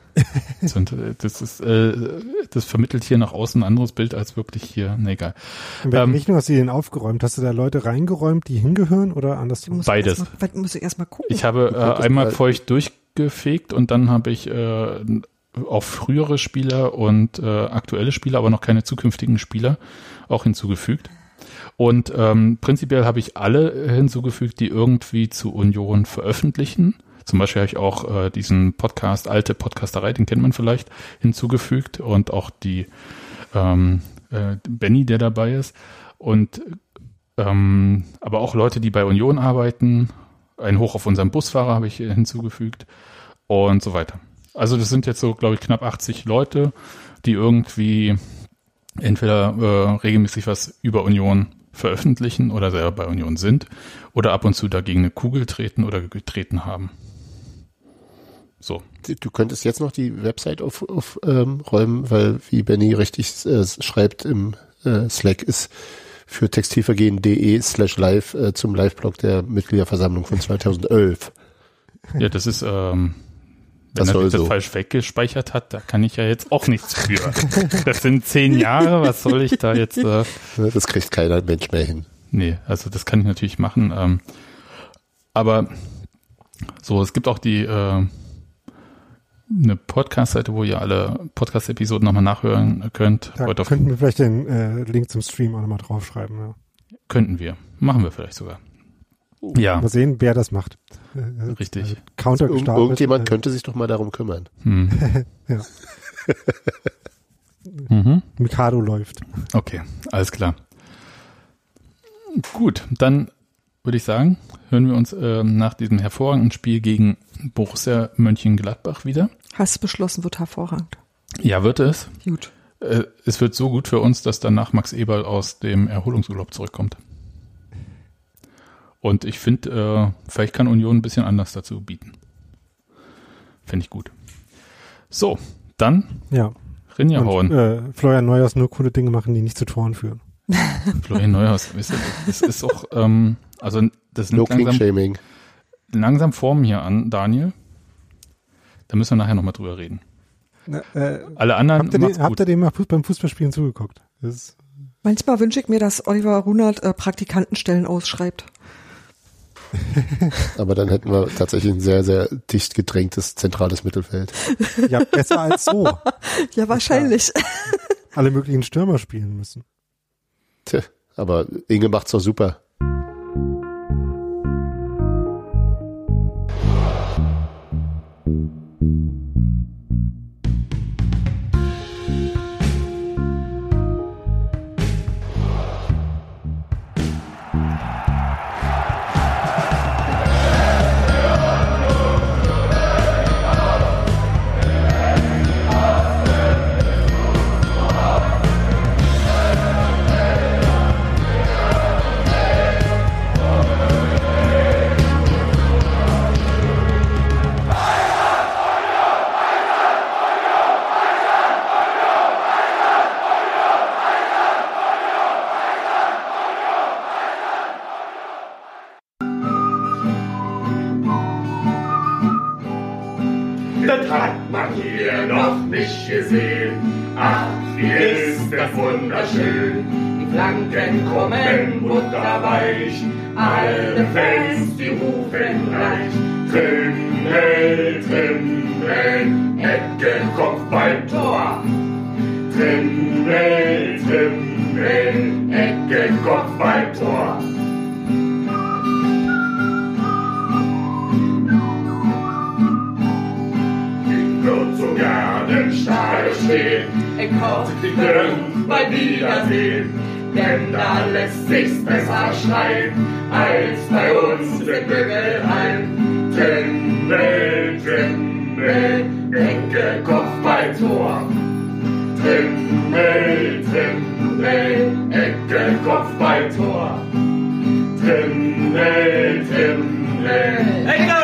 [SPEAKER 2] Das vermittelt hier nach außen ein anderes Bild als wirklich hier. Nee, egal.
[SPEAKER 5] In welcher Richtung hast du den aufgeräumt? Hast du da Leute reingeräumt, die hingehören oder andersrum?
[SPEAKER 2] Beides.
[SPEAKER 3] Muss ich erst mal gucken.
[SPEAKER 2] Ich habe einmal feucht durchgefegt und dann habe ich auf frühere Spieler und aktuelle Spieler, aber noch keine zukünftigen Spieler auch hinzugefügt. Und prinzipiell habe ich alle hinzugefügt, die irgendwie zu Union veröffentlichen. Zum Beispiel habe ich auch diesen Podcast, alte Podcasterei, den kennt man vielleicht, hinzugefügt und auch die Benny, der dabei ist. Und aber auch Leute, die bei Union arbeiten. Ein Hoch auf unseren Busfahrer habe ich hinzugefügt und so weiter. Also das sind jetzt so, glaube ich, knapp 80 Leute, die irgendwie entweder regelmäßig was über Union veröffentlichen oder selber bei Union sind oder ab und zu dagegen eine Kugel treten oder getreten haben. So.
[SPEAKER 4] Du könntest jetzt noch die Website aufräumen, weil, wie Benny richtig schreibt im Slack, ist für textilvergehen.de/live zum Live-Blog der Mitgliederversammlung von 2011.
[SPEAKER 2] Ja, das ist, wenn er das falsch weggespeichert hat, da kann ich ja jetzt auch nichts für. Das sind 10 Jahre, was soll ich da jetzt?
[SPEAKER 4] Das kriegt keiner Mensch mehr hin.
[SPEAKER 2] Nee, also das kann ich natürlich machen. Aber so, es gibt auch eine Podcast-Seite, wo ihr alle Podcast-Episoden nochmal nachhören könnt.
[SPEAKER 5] Da könnten wir vielleicht den Link zum Stream auch nochmal draufschreiben. Ja.
[SPEAKER 2] Könnten wir. Machen wir vielleicht sogar. Ja.
[SPEAKER 5] Mal sehen, wer das macht.
[SPEAKER 2] Richtig.
[SPEAKER 5] Counter gestartet.
[SPEAKER 4] Irgendjemand könnte sich doch mal darum kümmern.
[SPEAKER 5] Ja. Mikado läuft.
[SPEAKER 2] Okay, alles klar. Gut, dann würde ich sagen, hören wir uns nach diesem hervorragenden Spiel gegen Borussia Mönchengladbach wieder.
[SPEAKER 3] Hast du beschlossen, wird hervorragend.
[SPEAKER 2] Ja, wird es.
[SPEAKER 3] Gut.
[SPEAKER 2] Es wird so gut für uns, dass danach Max Eberl aus dem Erholungsurlaub zurückkommt. Und ich finde, vielleicht kann Union ein bisschen anders dazu bieten. Finde ich gut. So, dann
[SPEAKER 5] Ja.
[SPEAKER 2] Rinja hauen.
[SPEAKER 5] Florian Neuhaus nur coole Dinge machen, die nicht zu Toren führen.
[SPEAKER 2] Florian Neuhaus, weißt du, das ist auch, also das
[SPEAKER 4] No
[SPEAKER 2] nimmt
[SPEAKER 4] King-Shaming.
[SPEAKER 2] langsam Formen hier an, Daniel. Da müssen wir nachher nochmal drüber reden. Alle anderen
[SPEAKER 5] Habt ihr dem mal beim Fußballspielen zugeguckt?
[SPEAKER 3] Manchmal wünsche ich mir, dass Oliver Runert Praktikantenstellen ausschreibt.
[SPEAKER 4] Aber dann hätten wir tatsächlich ein sehr, sehr dicht gedrängtes zentrales Mittelfeld.
[SPEAKER 5] Ja, besser als so.
[SPEAKER 3] Ja, wahrscheinlich.
[SPEAKER 5] Alle möglichen Stürmer spielen müssen.
[SPEAKER 4] Tja, aber Inge macht's doch super.
[SPEAKER 1] Das hat man hier noch nicht gesehen. Ach, wie ist das wunderschön. Die Flanken kommen butterweich, alle Fans, die rufen gleich. Trimmel, Trimmel, Ecke, Kopfball, Tor. Trimmel, Trimmel, Ecke, Kopfball, Tor. Wird so gern im Stadion stehen, ich hoffe, die können bald wiedersehen, denn da lässt sich's besser schreien, als bei uns in Müggelheim. Trimmel, Trimmel, Ecke, Kopfball, Tor. Trimmel, Trimmel, Ecke, Kopfball, Tor. Trimmel, Trimmel, Ecke,